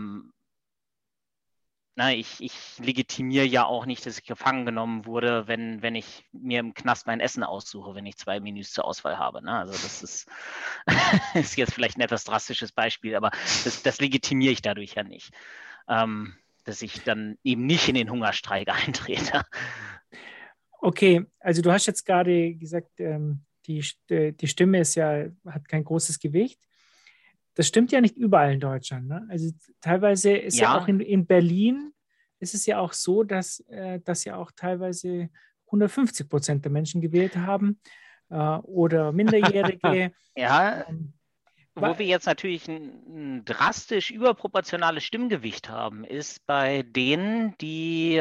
ich legitimiere ja auch nicht, dass ich gefangen genommen wurde, wenn ich mir im Knast mein Essen aussuche, wenn ich 2 Menüs zur Auswahl habe. Ne? Also das ist, ist jetzt vielleicht ein etwas drastisches Beispiel, aber das legitimiere ich dadurch ja nicht, dass ich dann eben nicht in den Hungerstreik eintrete. Okay, also du hast jetzt gerade gesagt, die Stimme hat kein großes Gewicht. Das stimmt ja nicht überall in Deutschland. Ne? Also teilweise ist ja auch in Berlin ist es ja auch so, dass ja auch teilweise 150% der Menschen gewählt haben oder Minderjährige. Ja, wo wir jetzt natürlich ein drastisch überproportionales Stimmgewicht haben, ist bei denen, die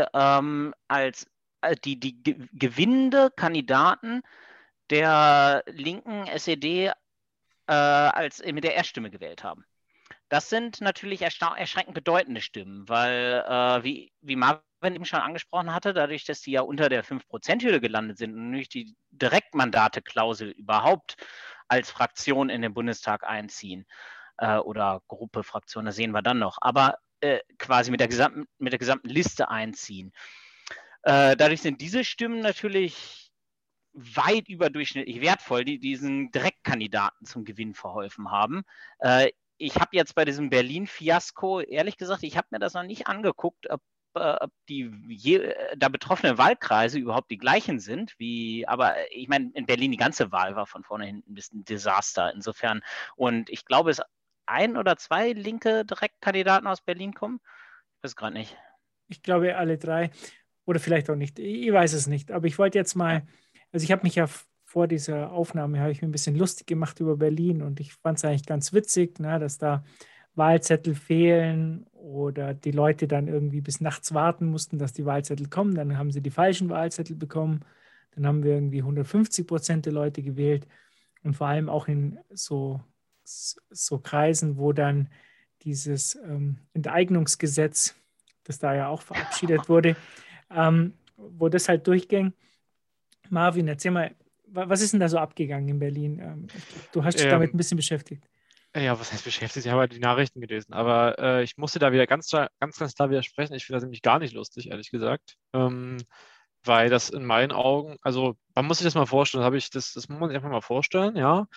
die gewinnende Kandidaten der linken SED mit der Erststimme gewählt haben. Das sind natürlich erschreckend bedeutende Stimmen, weil, wie Marvin eben schon angesprochen hatte, dadurch, dass die ja unter der 5%-Hürde gelandet sind und durch die Direktmandate-Klausel überhaupt als Fraktion in den Bundestag einziehen oder Gruppe, Fraktion, das sehen wir dann noch, aber quasi mit der gesamten Liste einziehen. Dadurch sind diese Stimmen natürlich weit überdurchschnittlich wertvoll, die diesen Direktkandidaten zum Gewinn verholfen haben. Ich habe jetzt bei diesem Berlin-Fiasko, ehrlich gesagt, ich habe mir das noch nicht angeguckt, ob die da betroffenen Wahlkreise überhaupt die gleichen sind, aber ich meine, in Berlin die ganze Wahl war von vorne hinten ein bisschen ein Desaster insofern. Und ich glaube, es 1 oder 2 linke Direktkandidaten aus Berlin kommen. Ich weiß gerade nicht. Ich glaube, alle 3 oder vielleicht auch nicht. Ich weiß es nicht. Aber ich wollte jetzt mal, also ich habe mich ja vor dieser Aufnahme, habe ich mir ein bisschen lustig gemacht über Berlin und ich fand es eigentlich ganz witzig, dass da Wahlzettel fehlen oder die Leute dann irgendwie bis nachts warten mussten, dass die Wahlzettel kommen. Dann haben sie die falschen Wahlzettel bekommen. Dann haben wir irgendwie 150% der Leute gewählt und vor allem auch in so Kreisen, wo dann dieses Enteignungsgesetz, das da ja auch verabschiedet wurde, wo das halt durchging. Marvin, erzähl mal, Was ist denn da so abgegangen in Berlin? Ich glaub, du hast dich damit ein bisschen beschäftigt. Ja, was heißt beschäftigt? Ich habe halt die Nachrichten gelesen, aber ich musste da wieder ganz klar widersprechen. Ich finde das nämlich gar nicht lustig, ehrlich gesagt. Weil das in meinen Augen, also man muss sich das mal vorstellen, das muss man sich einfach mal vorstellen, ja.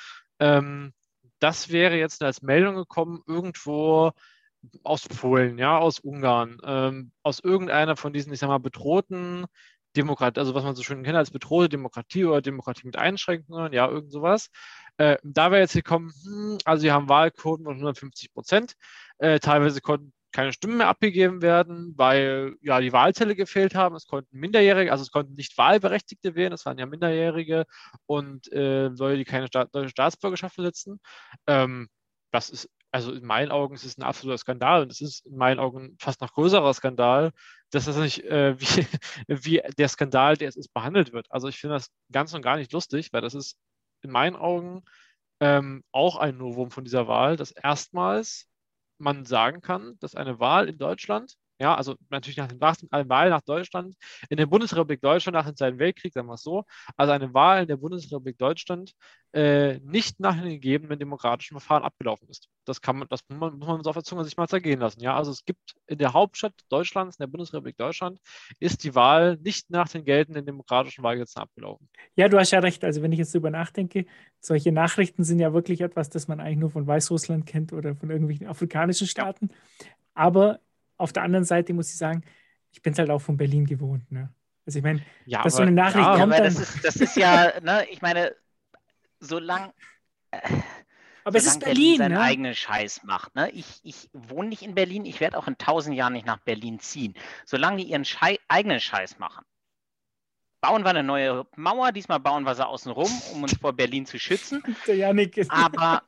Das wäre jetzt als Meldung gekommen, irgendwo aus Polen, ja, aus Ungarn, aus irgendeiner von diesen, ich sag mal, bedrohten Demokratie, also was man so schön kennt als bedrohte Demokratie oder Demokratie mit Einschränkungen, ja, irgend sowas. Da wäre jetzt gekommen, also wir haben Wahlquoten von 150%. Teilweise konnten keine Stimmen mehr abgegeben werden, weil ja die Wahlzettel gefehlt haben. Es konnten Minderjährige, also es konnten nicht Wahlberechtigte wählen, das waren ja Minderjährige und Leute, die keine deutsche Staatsbürgerschaft besitzen. Das ist, also in meinen Augen ist es ein absoluter Skandal und es ist in meinen Augen fast noch größerer Skandal, dass das nicht wie der Skandal, der es ist, behandelt wird. Also ich finde das ganz und gar nicht lustig, weil das ist in meinen Augen auch ein Novum von dieser Wahl, dass erstmals man sagen kann, dass eine Wahl in Deutschland, ja, also natürlich eine Wahl nach Deutschland, in der Bundesrepublik Deutschland nach dem Zweiten Weltkrieg, sagen wir es so, also eine Wahl in der Bundesrepublik Deutschland nicht nach den gegebenen demokratischen Verfahren abgelaufen ist. Das muss man so auf der Zunge sich mal zergehen lassen. Ja, also es gibt in der Hauptstadt Deutschlands, in der Bundesrepublik Deutschland, ist die Wahl nicht nach den geltenden demokratischen Wahlgesetzen abgelaufen. Ja, du hast ja recht. Also wenn ich jetzt drüber nachdenke, solche Nachrichten sind ja wirklich etwas, das man eigentlich nur von Weißrussland kennt oder von irgendwelchen afrikanischen Staaten. Aber auf der anderen Seite muss ich sagen, ich bin es halt auch von Berlin gewohnt. Ne? Also ich meine, Ja, dass so eine Nachricht kommt, aber dann... das ist ja, ne, ich meine, solange Aber es ist Berlin Berlin, seinen ne? eigenen Scheiß macht. Ne? Ich wohne nicht in Berlin, ich werde auch in 1000 Jahren nicht nach Berlin ziehen. Solange die ihren eigenen Scheiß machen, bauen wir eine neue Mauer, diesmal bauen wir sie außen rum, um uns vor Berlin zu schützen. Der Janik ist... Aber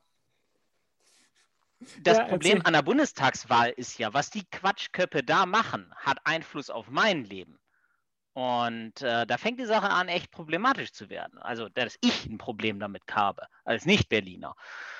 das Ja, Problem erzähl. an der Bundestagswahl ist ja, was die Quatschköppe da machen, hat Einfluss auf mein Leben. Und da fängt die Sache an, echt problematisch zu werden. Also, dass ich ein Problem damit habe, als Nicht-Berliner.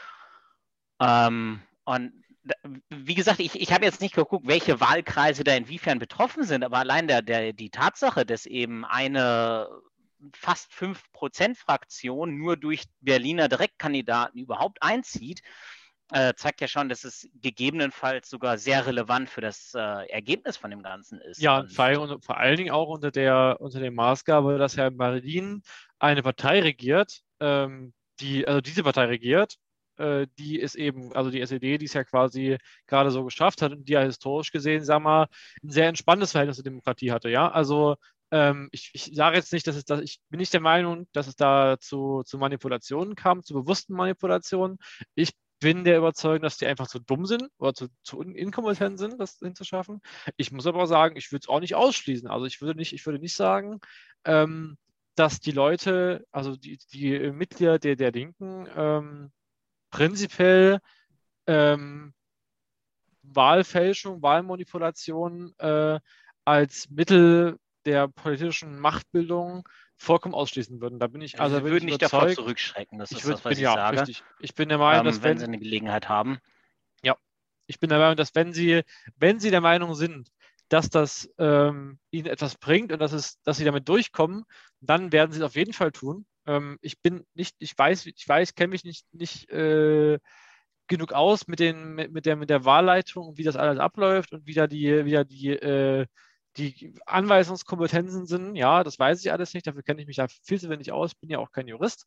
Und wie gesagt, ich habe jetzt nicht geguckt, welche Wahlkreise da inwiefern betroffen sind, aber allein die Tatsache, dass eben eine fast 5%-Fraktion nur durch Berliner Direktkandidaten überhaupt einzieht, zeigt ja schon, dass es gegebenenfalls sogar sehr relevant für das Ergebnis von dem Ganzen ist. Ja, Und vor allen Dingen auch unter der Maßgabe, dass Herr Marin eine Partei regiert, diese Partei regiert, die ist eben, also die SED, die es ja quasi gerade so geschafft hat und die ja historisch gesehen, sagen wir mal, ein sehr entspanntes Verhältnis zur Demokratie hatte, ja. Also ich sage jetzt nicht, ich bin nicht der Meinung, dass es da zu Manipulationen kam, zu bewussten Manipulationen. Ich bin der Überzeugung, dass die einfach zu dumm sind oder zu inkompetent sind, das hinzuschaffen. Ich muss aber auch sagen, ich würde es auch nicht ausschließen. Also ich würde nicht sagen, dass die Leute, also die Mitglieder der Linken, prinzipiell Wahlfälschung, Wahlmanipulation als Mittel der politischen Machtbildung vollkommen ausschließen würden. Da bin ich sie würden nicht davor überzeugt. zurückschrecken, das ist Was ich sage. Richtig. Ich bin der Meinung, dass wenn sie eine Gelegenheit haben. Ja, ich bin der Meinung, dass wenn sie der Meinung sind, dass das ihnen etwas bringt und dass sie damit durchkommen, dann werden sie es auf jeden Fall tun. Ich kenne mich nicht genug aus mit der Wahlleitung und wie das alles abläuft und wie da die Anweisungskompetenzen sind. Ja, das weiß ich alles nicht, dafür kenne ich mich da viel zu wenig aus, bin ja auch kein Jurist.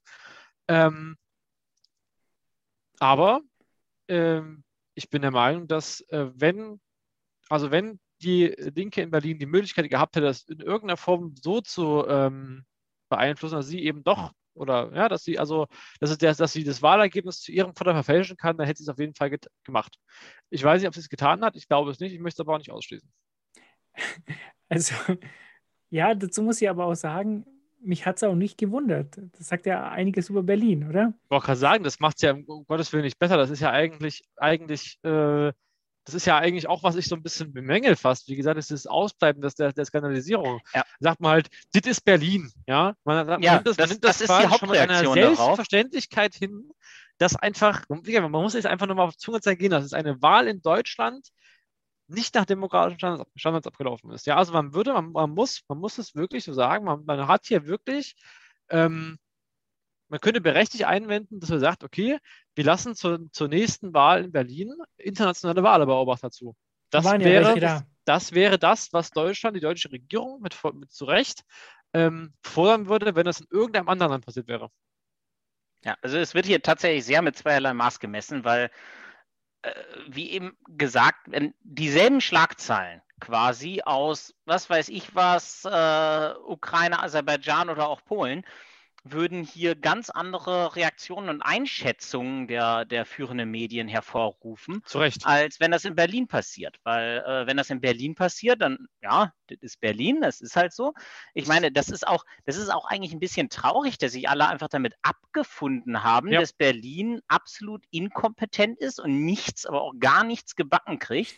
Aber ich bin der Meinung, dass wenn die Linke in Berlin die Möglichkeit gehabt hätte, das in irgendeiner Form so zu beeinflussen, dass sie eben doch, oder ja, dass sie das Wahlergebnis zu ihrem Vorteil verfälschen kann, dann hätte sie es auf jeden Fall gemacht. Ich weiß nicht, ob sie es getan hat, ich glaube es nicht, ich möchte es aber auch nicht ausschließen. Also, ja, dazu muss ich aber auch sagen, mich hat es auch nicht gewundert. Das sagt ja einiges über Berlin, oder? Ich wollte gerade sagen, das macht es ja um Gottes Willen nicht besser. Das ist ja eigentlich das ist ja eigentlich auch, was ich so ein bisschen bemängel fast. Wie gesagt, es ist das Ausbleiben der Skandalisierung. Ja. Sagt man halt, das ist Berlin. Ja, man nimmt das ist die quasi schon mit einer Hauptreaktion darauf. Selbstverständlichkeit hin, dass einfach, man muss es einfach nochmal auf die Zunge zergehen lassen, dass eine Wahl in Deutschland nicht nach demokratischen Standards abgelaufen ist. Ja, also man muss es wirklich so sagen, man hat hier wirklich man könnte berechtigt einwenden, dass man sagt, okay, wir lassen zur nächsten Wahl in Berlin internationale Wahlbeobachter zu. Das Waren ja wäre, welche da. das wäre das, was die deutsche Regierung mit zu Recht fordern würde, wenn das in irgendeinem anderen Land passiert wäre. Ja, also es wird hier tatsächlich sehr mit zweierlei Maß gemessen, weil, wie eben gesagt, wenn dieselben Schlagzeilen quasi aus, was weiß ich was, Ukraine, Aserbaidschan oder auch Polen, würden hier ganz andere Reaktionen und Einschätzungen der führenden Medien hervorrufen, Zu Recht. als wenn das in Berlin passiert. Weil wenn das in Berlin passiert, dann, ja, das ist Berlin, das ist halt so. Ich meine, das ist auch eigentlich ein bisschen traurig, dass sich alle einfach damit abgefunden haben, Ja. dass Berlin absolut inkompetent ist und nichts, aber auch gar nichts gebacken kriegt.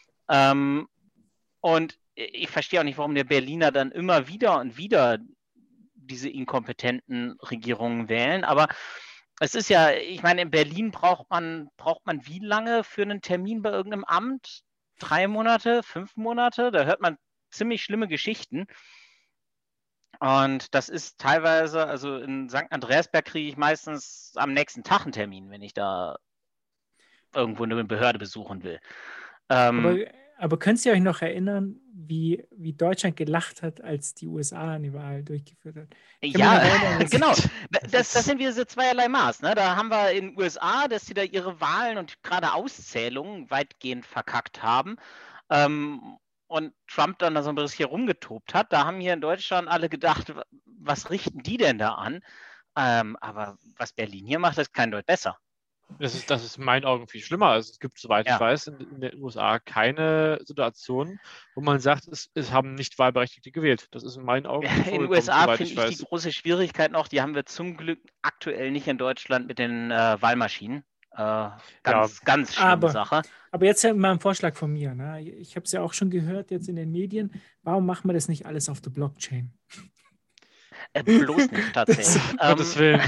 Und ich verstehe auch nicht, warum der Berliner dann immer wieder und wieder diese inkompetenten Regierungen wählen. Aber es ist ja, ich meine, in Berlin braucht man wie lange für einen Termin bei irgendeinem Amt? 3 Monate, 5 Monate? Da hört man ziemlich schlimme Geschichten. Und das ist teilweise, also in St. Andreasberg kriege ich meistens am nächsten Tag einen Termin, wenn ich da irgendwo eine Behörde besuchen will. Aber könnt ihr euch noch erinnern, wie Deutschland gelacht hat, als die USA eine Wahl durchgeführt hat? Ja, genau. Das sind wir so zweierlei Maß. Ne? Da haben wir in den USA, dass sie da ihre Wahlen und gerade Auszählungen weitgehend verkackt haben. Und Trump dann da so ein bisschen hier rumgetobt hat. Da haben hier in Deutschland alle gedacht, was richten die denn da an? Aber was Berlin hier macht, ist kein Deut besser. Das ist in meinen Augen viel schlimmer. Also es gibt, soweit ich weiß, in den USA keine Situation, wo man sagt, es haben nicht Wahlberechtigte gewählt. Das ist in meinen Augen in den USA finde ich die große Schwierigkeit noch, die haben wir zum Glück aktuell nicht in Deutschland mit den Wahlmaschinen. Ganz schlimme Sache. Aber jetzt mal ein Vorschlag von mir. Ne? Ich habe es ja auch schon gehört jetzt in den Medien. Warum machen wir das nicht alles auf der Blockchain? Bloß nicht tatsächlich. Um Gottes Willen.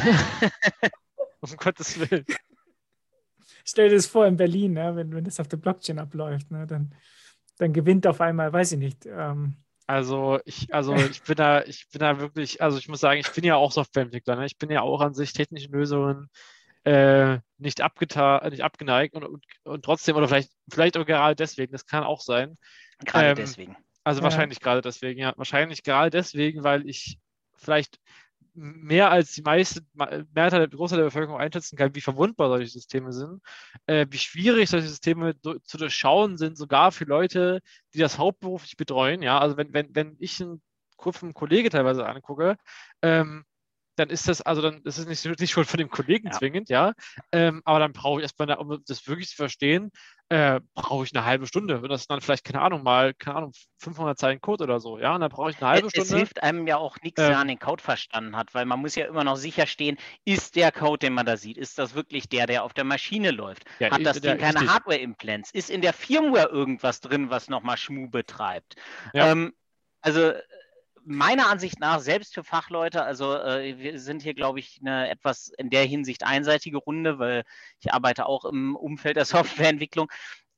Um Gottes Willen. Stell dir das vor in Berlin, ne? wenn das auf der Blockchain abläuft, ne? dann gewinnt auf einmal, weiß ich nicht. Also ich bin da wirklich, also ich muss sagen, ich bin ja auch Softwareentwickler, ne? Ich bin ja auch an sich technischen Lösungen nicht abgeneigt und trotzdem, oder vielleicht auch gerade deswegen, das kann auch sein. Gerade deswegen. Also wahrscheinlich gerade deswegen, ja. Wahrscheinlich gerade deswegen, weil ich vielleicht mehr als die Großteil der Bevölkerung einschätzen kann, wie verwundbar solche Systeme sind, wie schwierig solche Systeme zu durchschauen sind, sogar für Leute, die das hauptberuflich betreuen. Ja, also wenn ich einen Kollege teilweise angucke, dann ist das nicht schon von dem Kollegen zwingend, ja. Aber dann brauche ich erstmal, um das wirklich zu verstehen, brauche ich eine halbe Stunde. Und das ist dann vielleicht, keine Ahnung, 500 Zeilen Code oder so, ja. Und dann brauche ich eine halbe Stunde. Es hilft einem ja auch nichts, wenn man den Code verstanden hat, weil man muss ja immer noch sicherstehen, ist der Code, den man da sieht, ist das wirklich der auf der Maschine läuft? Ja, hat das Ding keine Hardware-Implants? Ist in der Firmware irgendwas drin, was nochmal Schmuh betreibt? Ja. Also meiner Ansicht nach, selbst für Fachleute, also wir sind hier, glaube ich, eine etwas in der Hinsicht einseitige Runde, weil ich arbeite auch im Umfeld der Softwareentwicklung.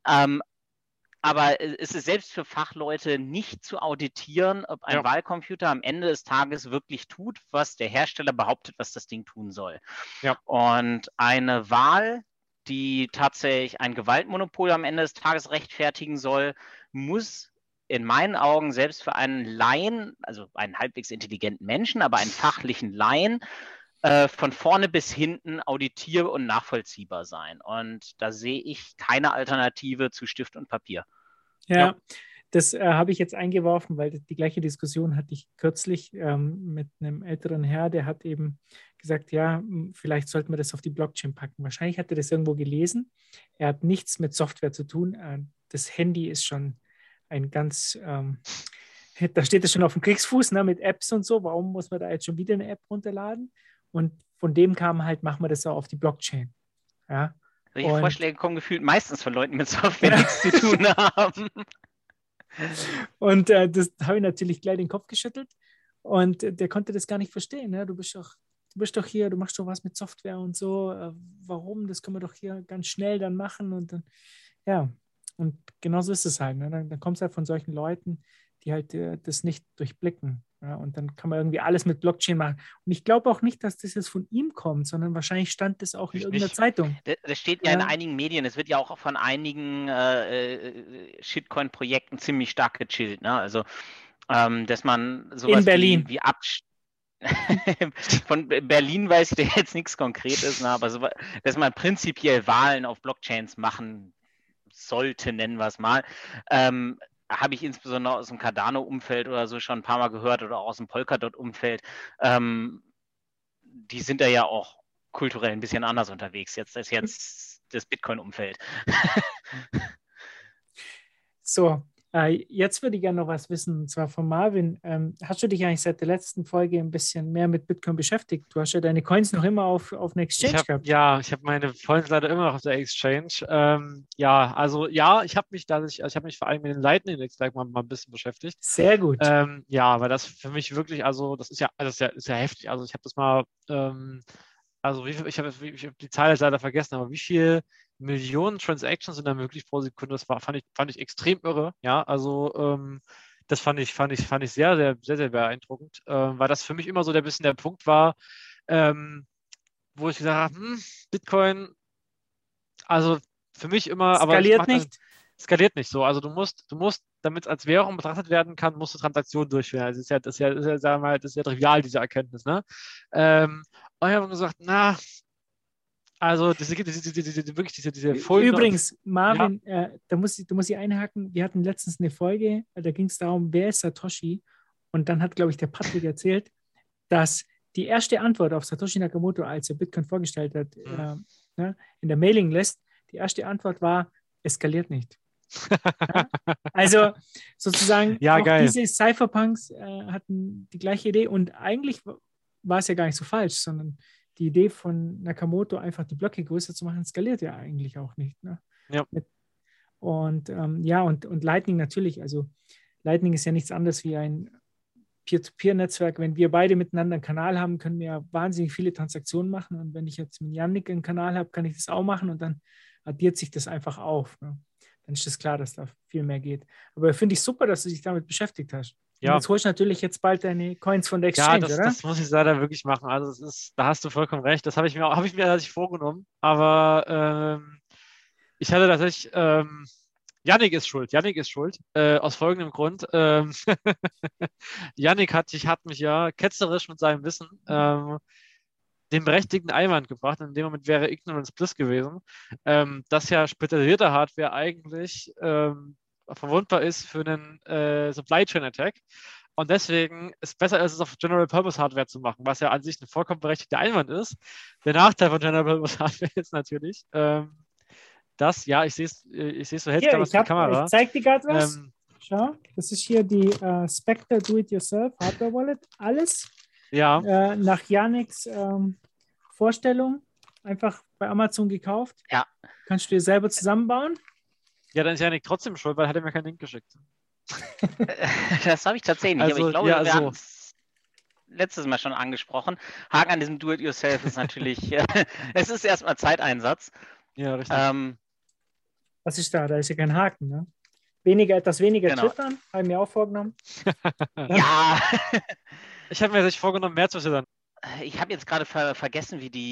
Aber es ist selbst für Fachleute nicht zu auditieren, ob ein Wahlcomputer am Ende des Tages wirklich tut, was der Hersteller behauptet, was das Ding tun soll. Ja. Und eine Wahl, die tatsächlich ein Gewaltmonopol am Ende des Tages rechtfertigen soll, muss in meinen Augen selbst für einen Laien, also einen halbwegs intelligenten Menschen, aber einen fachlichen Laien, von vorne bis hinten auditier- und nachvollziehbar sein. Und da sehe ich keine Alternative zu Stift und Papier. Ja. Das habe ich jetzt eingeworfen, weil die gleiche Diskussion hatte ich kürzlich mit einem älteren Herr, der hat eben gesagt, ja, vielleicht sollten wir das auf die Blockchain packen. Wahrscheinlich hat er das irgendwo gelesen. Er hat nichts mit Software zu tun. Das Handy ist schon ein ganz, da steht es schon auf dem Kriegsfuß, ne, mit Apps und so. Warum muss man da jetzt schon wieder eine App runterladen? Und von dem kam halt, machen wir das auch auf die Blockchain. Ja. Solche Vorschläge kommen gefühlt meistens von Leuten, die mit Software nichts zu tun haben. Und das habe ich natürlich gleich den Kopf geschüttelt. Und der konnte das gar nicht verstehen. Ne? Du bist doch hier, du machst doch was mit Software und so. Warum? Das können wir doch hier ganz schnell dann machen. Und dann, ja. Und genauso ist es halt. Ne? Dann kommt es halt von solchen Leuten, die halt das nicht durchblicken. Ja? Und dann kann man irgendwie alles mit Blockchain machen. Und ich glaube auch nicht, dass das jetzt von ihm kommt, sondern wahrscheinlich stand das auch in irgendeiner Zeitung. Das steht ja in einigen Medien. Es wird ja auch von einigen Shitcoin-Projekten ziemlich stark gechillt. Ne? Also, dass man sowas in Berlin. wie von Berlin weiß ich da jetzt nichts Konkretes, ne? Aber so, dass man prinzipiell Wahlen auf Blockchains machen sollte, nennen wir es mal, habe ich insbesondere aus dem Cardano-Umfeld oder so schon ein paar Mal gehört oder auch aus dem Polkadot-Umfeld. Die sind da ja auch kulturell ein bisschen anders unterwegs jetzt als jetzt das Bitcoin-Umfeld. So, jetzt würde ich gerne noch was wissen, und zwar von Marvin. Hast du dich eigentlich seit der letzten Folge ein bisschen mehr mit Bitcoin beschäftigt? Du hast ja deine Coins noch immer auf einer Exchange gehabt. Ja, ich habe meine Coins leider immer noch auf der Exchange. Ich habe mich vor allem mit dem Lightning Netzwerk mal ein bisschen beschäftigt. Sehr gut. Ja, weil das für mich wirklich, also das ist ja heftig. Also ich habe das mal, ich habe die Zahl jetzt leider vergessen, aber wie viel Millionen Transactions sind da möglich pro Sekunde? Das fand ich extrem irre. Ja, also das fand ich sehr, sehr, sehr, sehr beeindruckend, weil das für mich immer so ein bisschen der Punkt war, wo ich gesagt habe, Bitcoin, also für mich immer, skaliert nicht so. Also du musst, damit es als Währung betrachtet werden kann, musst du Transaktionen durchführen. Also das ist ja trivial, diese Erkenntnis, ne? Und ich habe gesagt, also diese Folien. Übrigens, Marvin, da muss ich einhaken. Wir hatten letztens eine Folge, da ging es darum, wer ist Satoshi? Und dann hat, glaube ich, der Patrick erzählt, dass die erste Antwort auf Satoshi Nakamoto, als er Bitcoin vorgestellt hat, in der Mailinglist, die erste Antwort war, es skaliert nicht. Ja? Also sozusagen, auch geil. diese Cypherpunks hatten die gleiche Idee und eigentlich war es ja gar nicht so falsch, sondern die Idee von Nakamoto, einfach die Blöcke größer zu machen, skaliert ja eigentlich auch nicht. Ne? Ja. Und und Lightning natürlich, also Lightning ist ja nichts anderes wie ein Peer-to-Peer-Netzwerk. Wenn wir beide miteinander einen Kanal haben, können wir ja wahnsinnig viele Transaktionen machen und wenn ich jetzt mit Yannick einen Kanal habe, kann ich das auch machen und dann addiert sich das einfach auf. Ne? Dann ist das klar, dass da viel mehr geht. Aber finde ich super, dass du dich damit beschäftigt hast. Ja. Und jetzt holst du natürlich jetzt bald deine Coins von der Exchange, oder? Ja, das muss ich leider wirklich machen. Also da hast du vollkommen recht. Das habe ich mir tatsächlich vorgenommen. Aber ich hatte tatsächlich, Yannick ist schuld. Aus folgendem Grund. Yannick hat mich ja ketzerisch mit seinem Wissen den berechtigten Einwand gebracht. In dem Moment wäre Ignorance Bliss gewesen, dass ja spezialisierte Hardware eigentlich verwundbar ist für einen Supply Chain Attack. Und deswegen ist es besser, es auf General Purpose Hardware zu machen, was ja an sich ein vollkommen berechtigter Einwand ist. Der Nachteil von General Purpose Hardware ist natürlich, ich sehe es, du hältst gerade was mit der Kamera. Ich zeige dir gerade was. Schau, das ist hier die Spectre Do-It-Yourself Hardware Wallet. Alles nach Yannicks Vorstellung einfach bei Amazon gekauft. Ja. Kannst du dir selber zusammenbauen. Ja, dann ist Yannick trotzdem schuld, weil er mir keinen Link geschickt. Das habe ich tatsächlich nicht, aber ich glaube, wir haben es letztes Mal schon angesprochen. Haken an diesem Do-It-Yourself ist natürlich, es ist erstmal Zeiteinsatz. Ja, richtig. Was ist da? Da ist ja kein Haken, ne? Etwas weniger twittern, habe ich mir auch vorgenommen. Ja. Ich habe mir tatsächlich vorgenommen, mehr zu twittern. Ich habe jetzt gerade vergessen, wie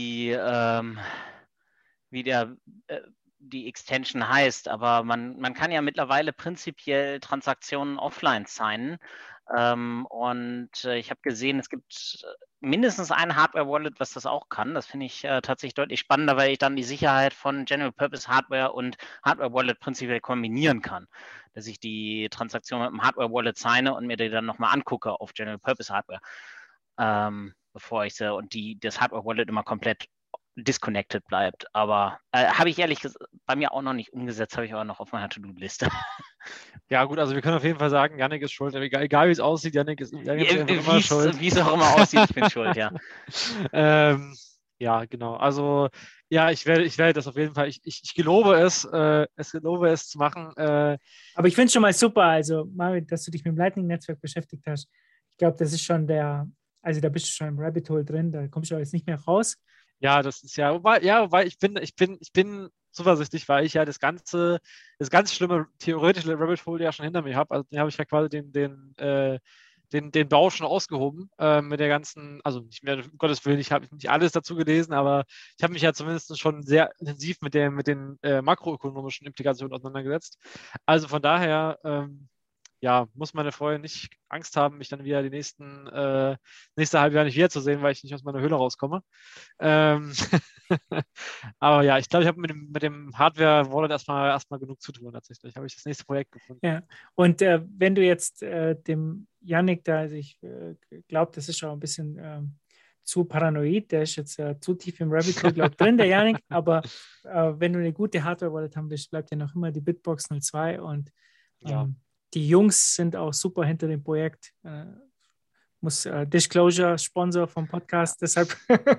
die Extension heißt, aber man kann ja mittlerweile prinzipiell Transaktionen offline signen. Und ich habe gesehen, es gibt mindestens ein Hardware-Wallet, was das auch kann. Das finde ich tatsächlich deutlich spannender, weil ich dann die Sicherheit von General-Purpose-Hardware und Hardware-Wallet prinzipiell kombinieren kann. Dass ich die Transaktion mit dem Hardware-Wallet signe und mir die dann nochmal angucke auf General-Purpose-Hardware, bevor ich sie und das Hardware-Wallet immer komplett disconnected bleibt. Aber habe ich ehrlich gesagt bei mir auch noch nicht umgesetzt, habe ich aber noch auf meiner To-Do-Liste. Ja gut, also wir können auf jeden Fall sagen, Yannick ist schuld. Egal wie es aussieht, Yannick ist immer schuld. Wie es auch immer aussieht, ich bin schuld, ja. Ja, genau. Also ja, ich werde das auf jeden Fall, ich gelobe es zu machen. Aber ich finde es schon mal super, also Marvin, dass du dich mit dem Lightning-Netzwerk beschäftigt hast. Ich glaube, das ist schon also da bist du schon im Rabbit Hole drin, da kommst du jetzt nicht mehr raus. Ja, das ist wobei ich bin zuversichtlich, weil ich ja das ganz schlimme theoretische Rabbit Hole ja schon hinter mir habe. Also den habe ich ja quasi den Bau schon ausgehoben mit der ganzen, also nicht mehr, um Gottes Willen, ich habe nicht alles dazu gelesen, aber ich habe mich ja zumindest schon sehr intensiv mit den makroökonomischen Implikationen auseinandergesetzt. Also von daher, muss meine Freundin nicht Angst haben, mich dann wieder die nächste halbe Jahr nicht wiederzusehen, weil ich nicht aus meiner Höhle rauskomme. Aber ja, ich glaube, ich habe mit dem Hardware-Wallet erstmal genug zu tun tatsächlich. Habe ich das nächste Projekt gefunden. Ja, und wenn du jetzt dem Yannick da, also ich glaube, das ist schon ein bisschen zu paranoid, der ist jetzt zu tief im Rabbit Hole, glaube drin, der Yannick, aber wenn du eine gute Hardware-Wallet haben willst, bleibt ja noch immer die Bitbox 02 und die Jungs sind auch super hinter dem Projekt. Muss Disclosure, Sponsor vom Podcast, deshalb.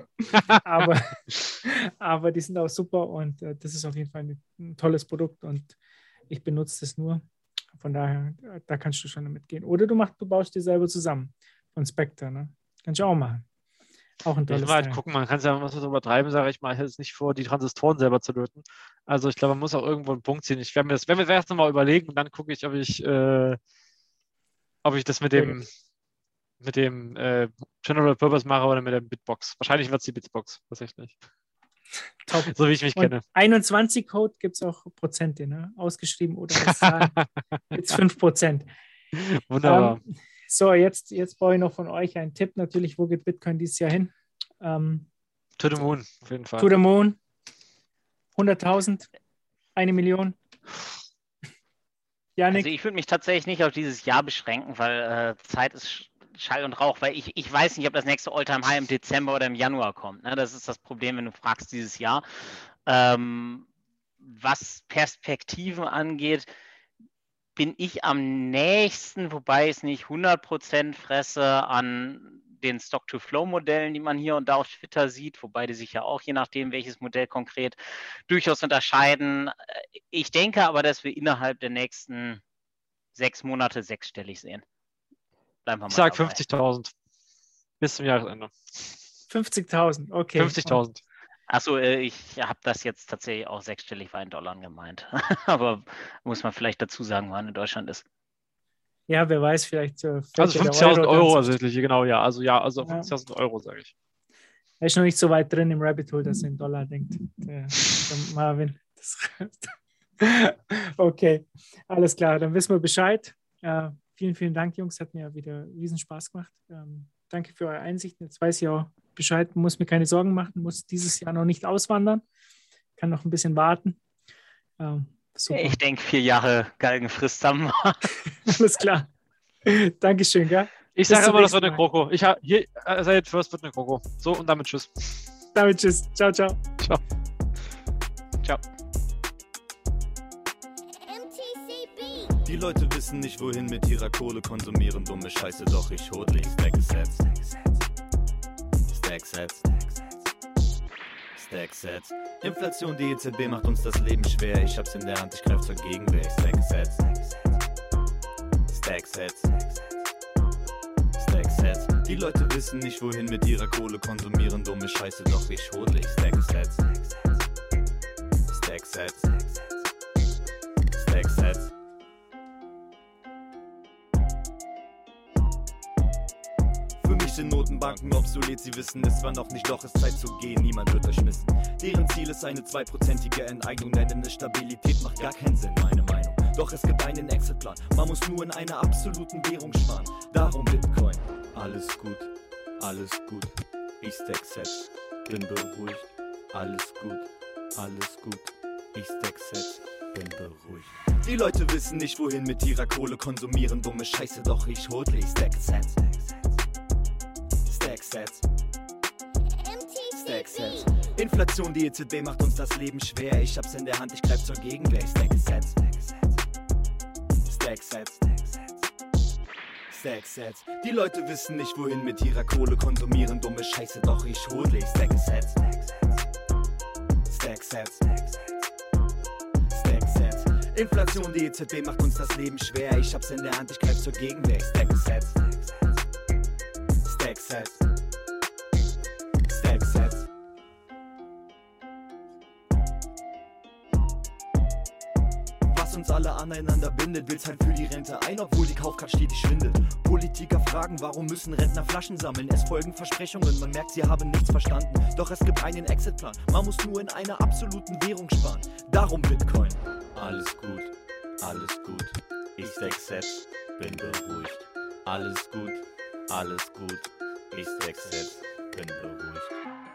aber die sind auch super und das ist auf jeden Fall ein tolles Produkt und ich benutze das nur. Von daher, da kannst du schon damit gehen. Oder du baust dir selber zusammen von Spectre. Ne? Kannst du auch machen. Auch ein tolles Teil. Gucken, man kann es ja was übertreiben, sage ich mal. Ich hätte es nicht vor, die Transistoren selber zu löten. Also ich glaube, man muss auch irgendwo einen Punkt ziehen. Ich werde mir das erst nochmal überlegen und dann gucke ich, ob ich das mit dem General Purpose mache oder mit der Bitbox. Wahrscheinlich wird es die Bitbox, tatsächlich. Top. So wie ich mich kenne. 21 Code gibt es auch Prozente, ne? Ausgeschrieben oder als Zahl. Jetzt 5%. Wunderbar. So, jetzt brauche ich noch von euch einen Tipp. Natürlich, wo geht Bitcoin dieses Jahr hin? To the Moon, auf jeden Fall. To the Moon. 100.000? 1 Million? Yannick? Also ich würde mich tatsächlich nicht auf dieses Jahr beschränken, weil Zeit ist Schall und Rauch, weil ich weiß nicht, ob das nächste All-Time-High im Dezember oder im Januar kommt. Ne? Das ist das Problem, wenn du fragst dieses Jahr. Was Perspektiven angeht, bin ich am nächsten, wobei ich es nicht 100% fresse, an den Stock-to-Flow-Modellen, die man hier und da auf Twitter sieht, wobei die sich ja auch, je nachdem, welches Modell konkret, durchaus unterscheiden. Ich denke aber, dass wir innerhalb der nächsten 6 Monate sechsstellig sehen. Ich sage 50.000 bis zum Jahresende. 50.000, okay. 50.000. Achso, ich habe das jetzt tatsächlich auch sechsstellig bei $1 gemeint. Aber muss man vielleicht dazu sagen, wann in Deutschland ist. Ja, wer weiß, vielleicht. Also 50.000 Euro tatsächlich, genau, ja. Also 50.000 Euro, sage ich. Er ist noch nicht so weit drin im Rabbit Hole, dass er in Dollar denkt. Der Marvin. Okay, alles klar, dann wissen wir Bescheid. Vielen, vielen Dank, Jungs. Hat mir wieder riesen Spaß gemacht. Danke für eure Einsichten. Jetzt weiß ich auch Bescheid, muss mir keine Sorgen machen, muss dieses Jahr noch nicht auswandern, kann noch ein bisschen warten. Super. Ich denke, 4 Jahre Galgenfrist haben wir. Alles klar. Dankeschön, gell? Ich sage immer, das wird eine Kroko. Seit First wird eine Kroko. So, und damit tschüss. Damit tschüss. Ciao, ciao. Ciao. Ciao. Die Leute wissen nicht, wohin mit ihrer Kohle, konsumieren dumme Scheiße, doch ich hodl Stack-Sets. Stack-Sets. Stack-Sets. Inflation, die EZB macht uns das Leben schwer. Ich hab's in der Hand, ich greif zur Gegenwehr. Stack-Sets. Stack-Sets. Stack-Sets. Die Leute wissen nicht, wohin mit ihrer Kohle, konsumieren dumme Scheiße, doch ich hodl Stack-Sets. Stack-Sets. Stack-Sets. Für mich sind Notenbanken obsolet, sie wissen es zwar noch nicht, doch es ist Zeit zu gehen, niemand wird euch missen. Deren Ziel ist eine 2%ige Enteignung, denn eine Stabilität macht gar keinen Sinn, meine Meinung. Doch es gibt einen Exitplan, man muss nur in einer absoluten Währung sparen. Darum Bitcoin. Alles gut, ich stack Sets, bin beruhigt. Alles gut, ich stack Sets, bin beruhigt. Die Leute wissen nicht, wohin mit ihrer Kohle, konsumieren dumme Scheiße, doch ich hodle, ich stack Sets. Stack-Sets. Stack-Sets. Inflation, die EZB macht uns das Leben schwer. Ich hab's in der Hand, ich greif zur Gegenwehr. Stack-Sets. Stack-Sets. Stack-Sets. Die Leute wissen nicht, wohin mit ihrer Kohle, konsumieren dumme Scheiße, doch ich hodle. Stack-Sets. Stack-Sets. Stack-Sets. Inflation, die EZB macht uns das Leben schwer. Ich hab's in der Hand, ich greif zur Gegenwehr. Stack-Sets. Stack-Sets. Stack-Sets. uns alle aneinander bindet. Will zahlen für die Rente ein, obwohl die Kaufkraft stetig schwindet. Politiker fragen, warum müssen Rentner Flaschen sammeln? Es folgen Versprechungen, man merkt, sie haben nichts verstanden. Doch es gibt einen Exitplan, man muss nur in einer absoluten Währung sparen. Darum Bitcoin. Alles gut, ich stack Sets, bin beruhigt. Alles gut, ich stack Sets, bin beruhigt.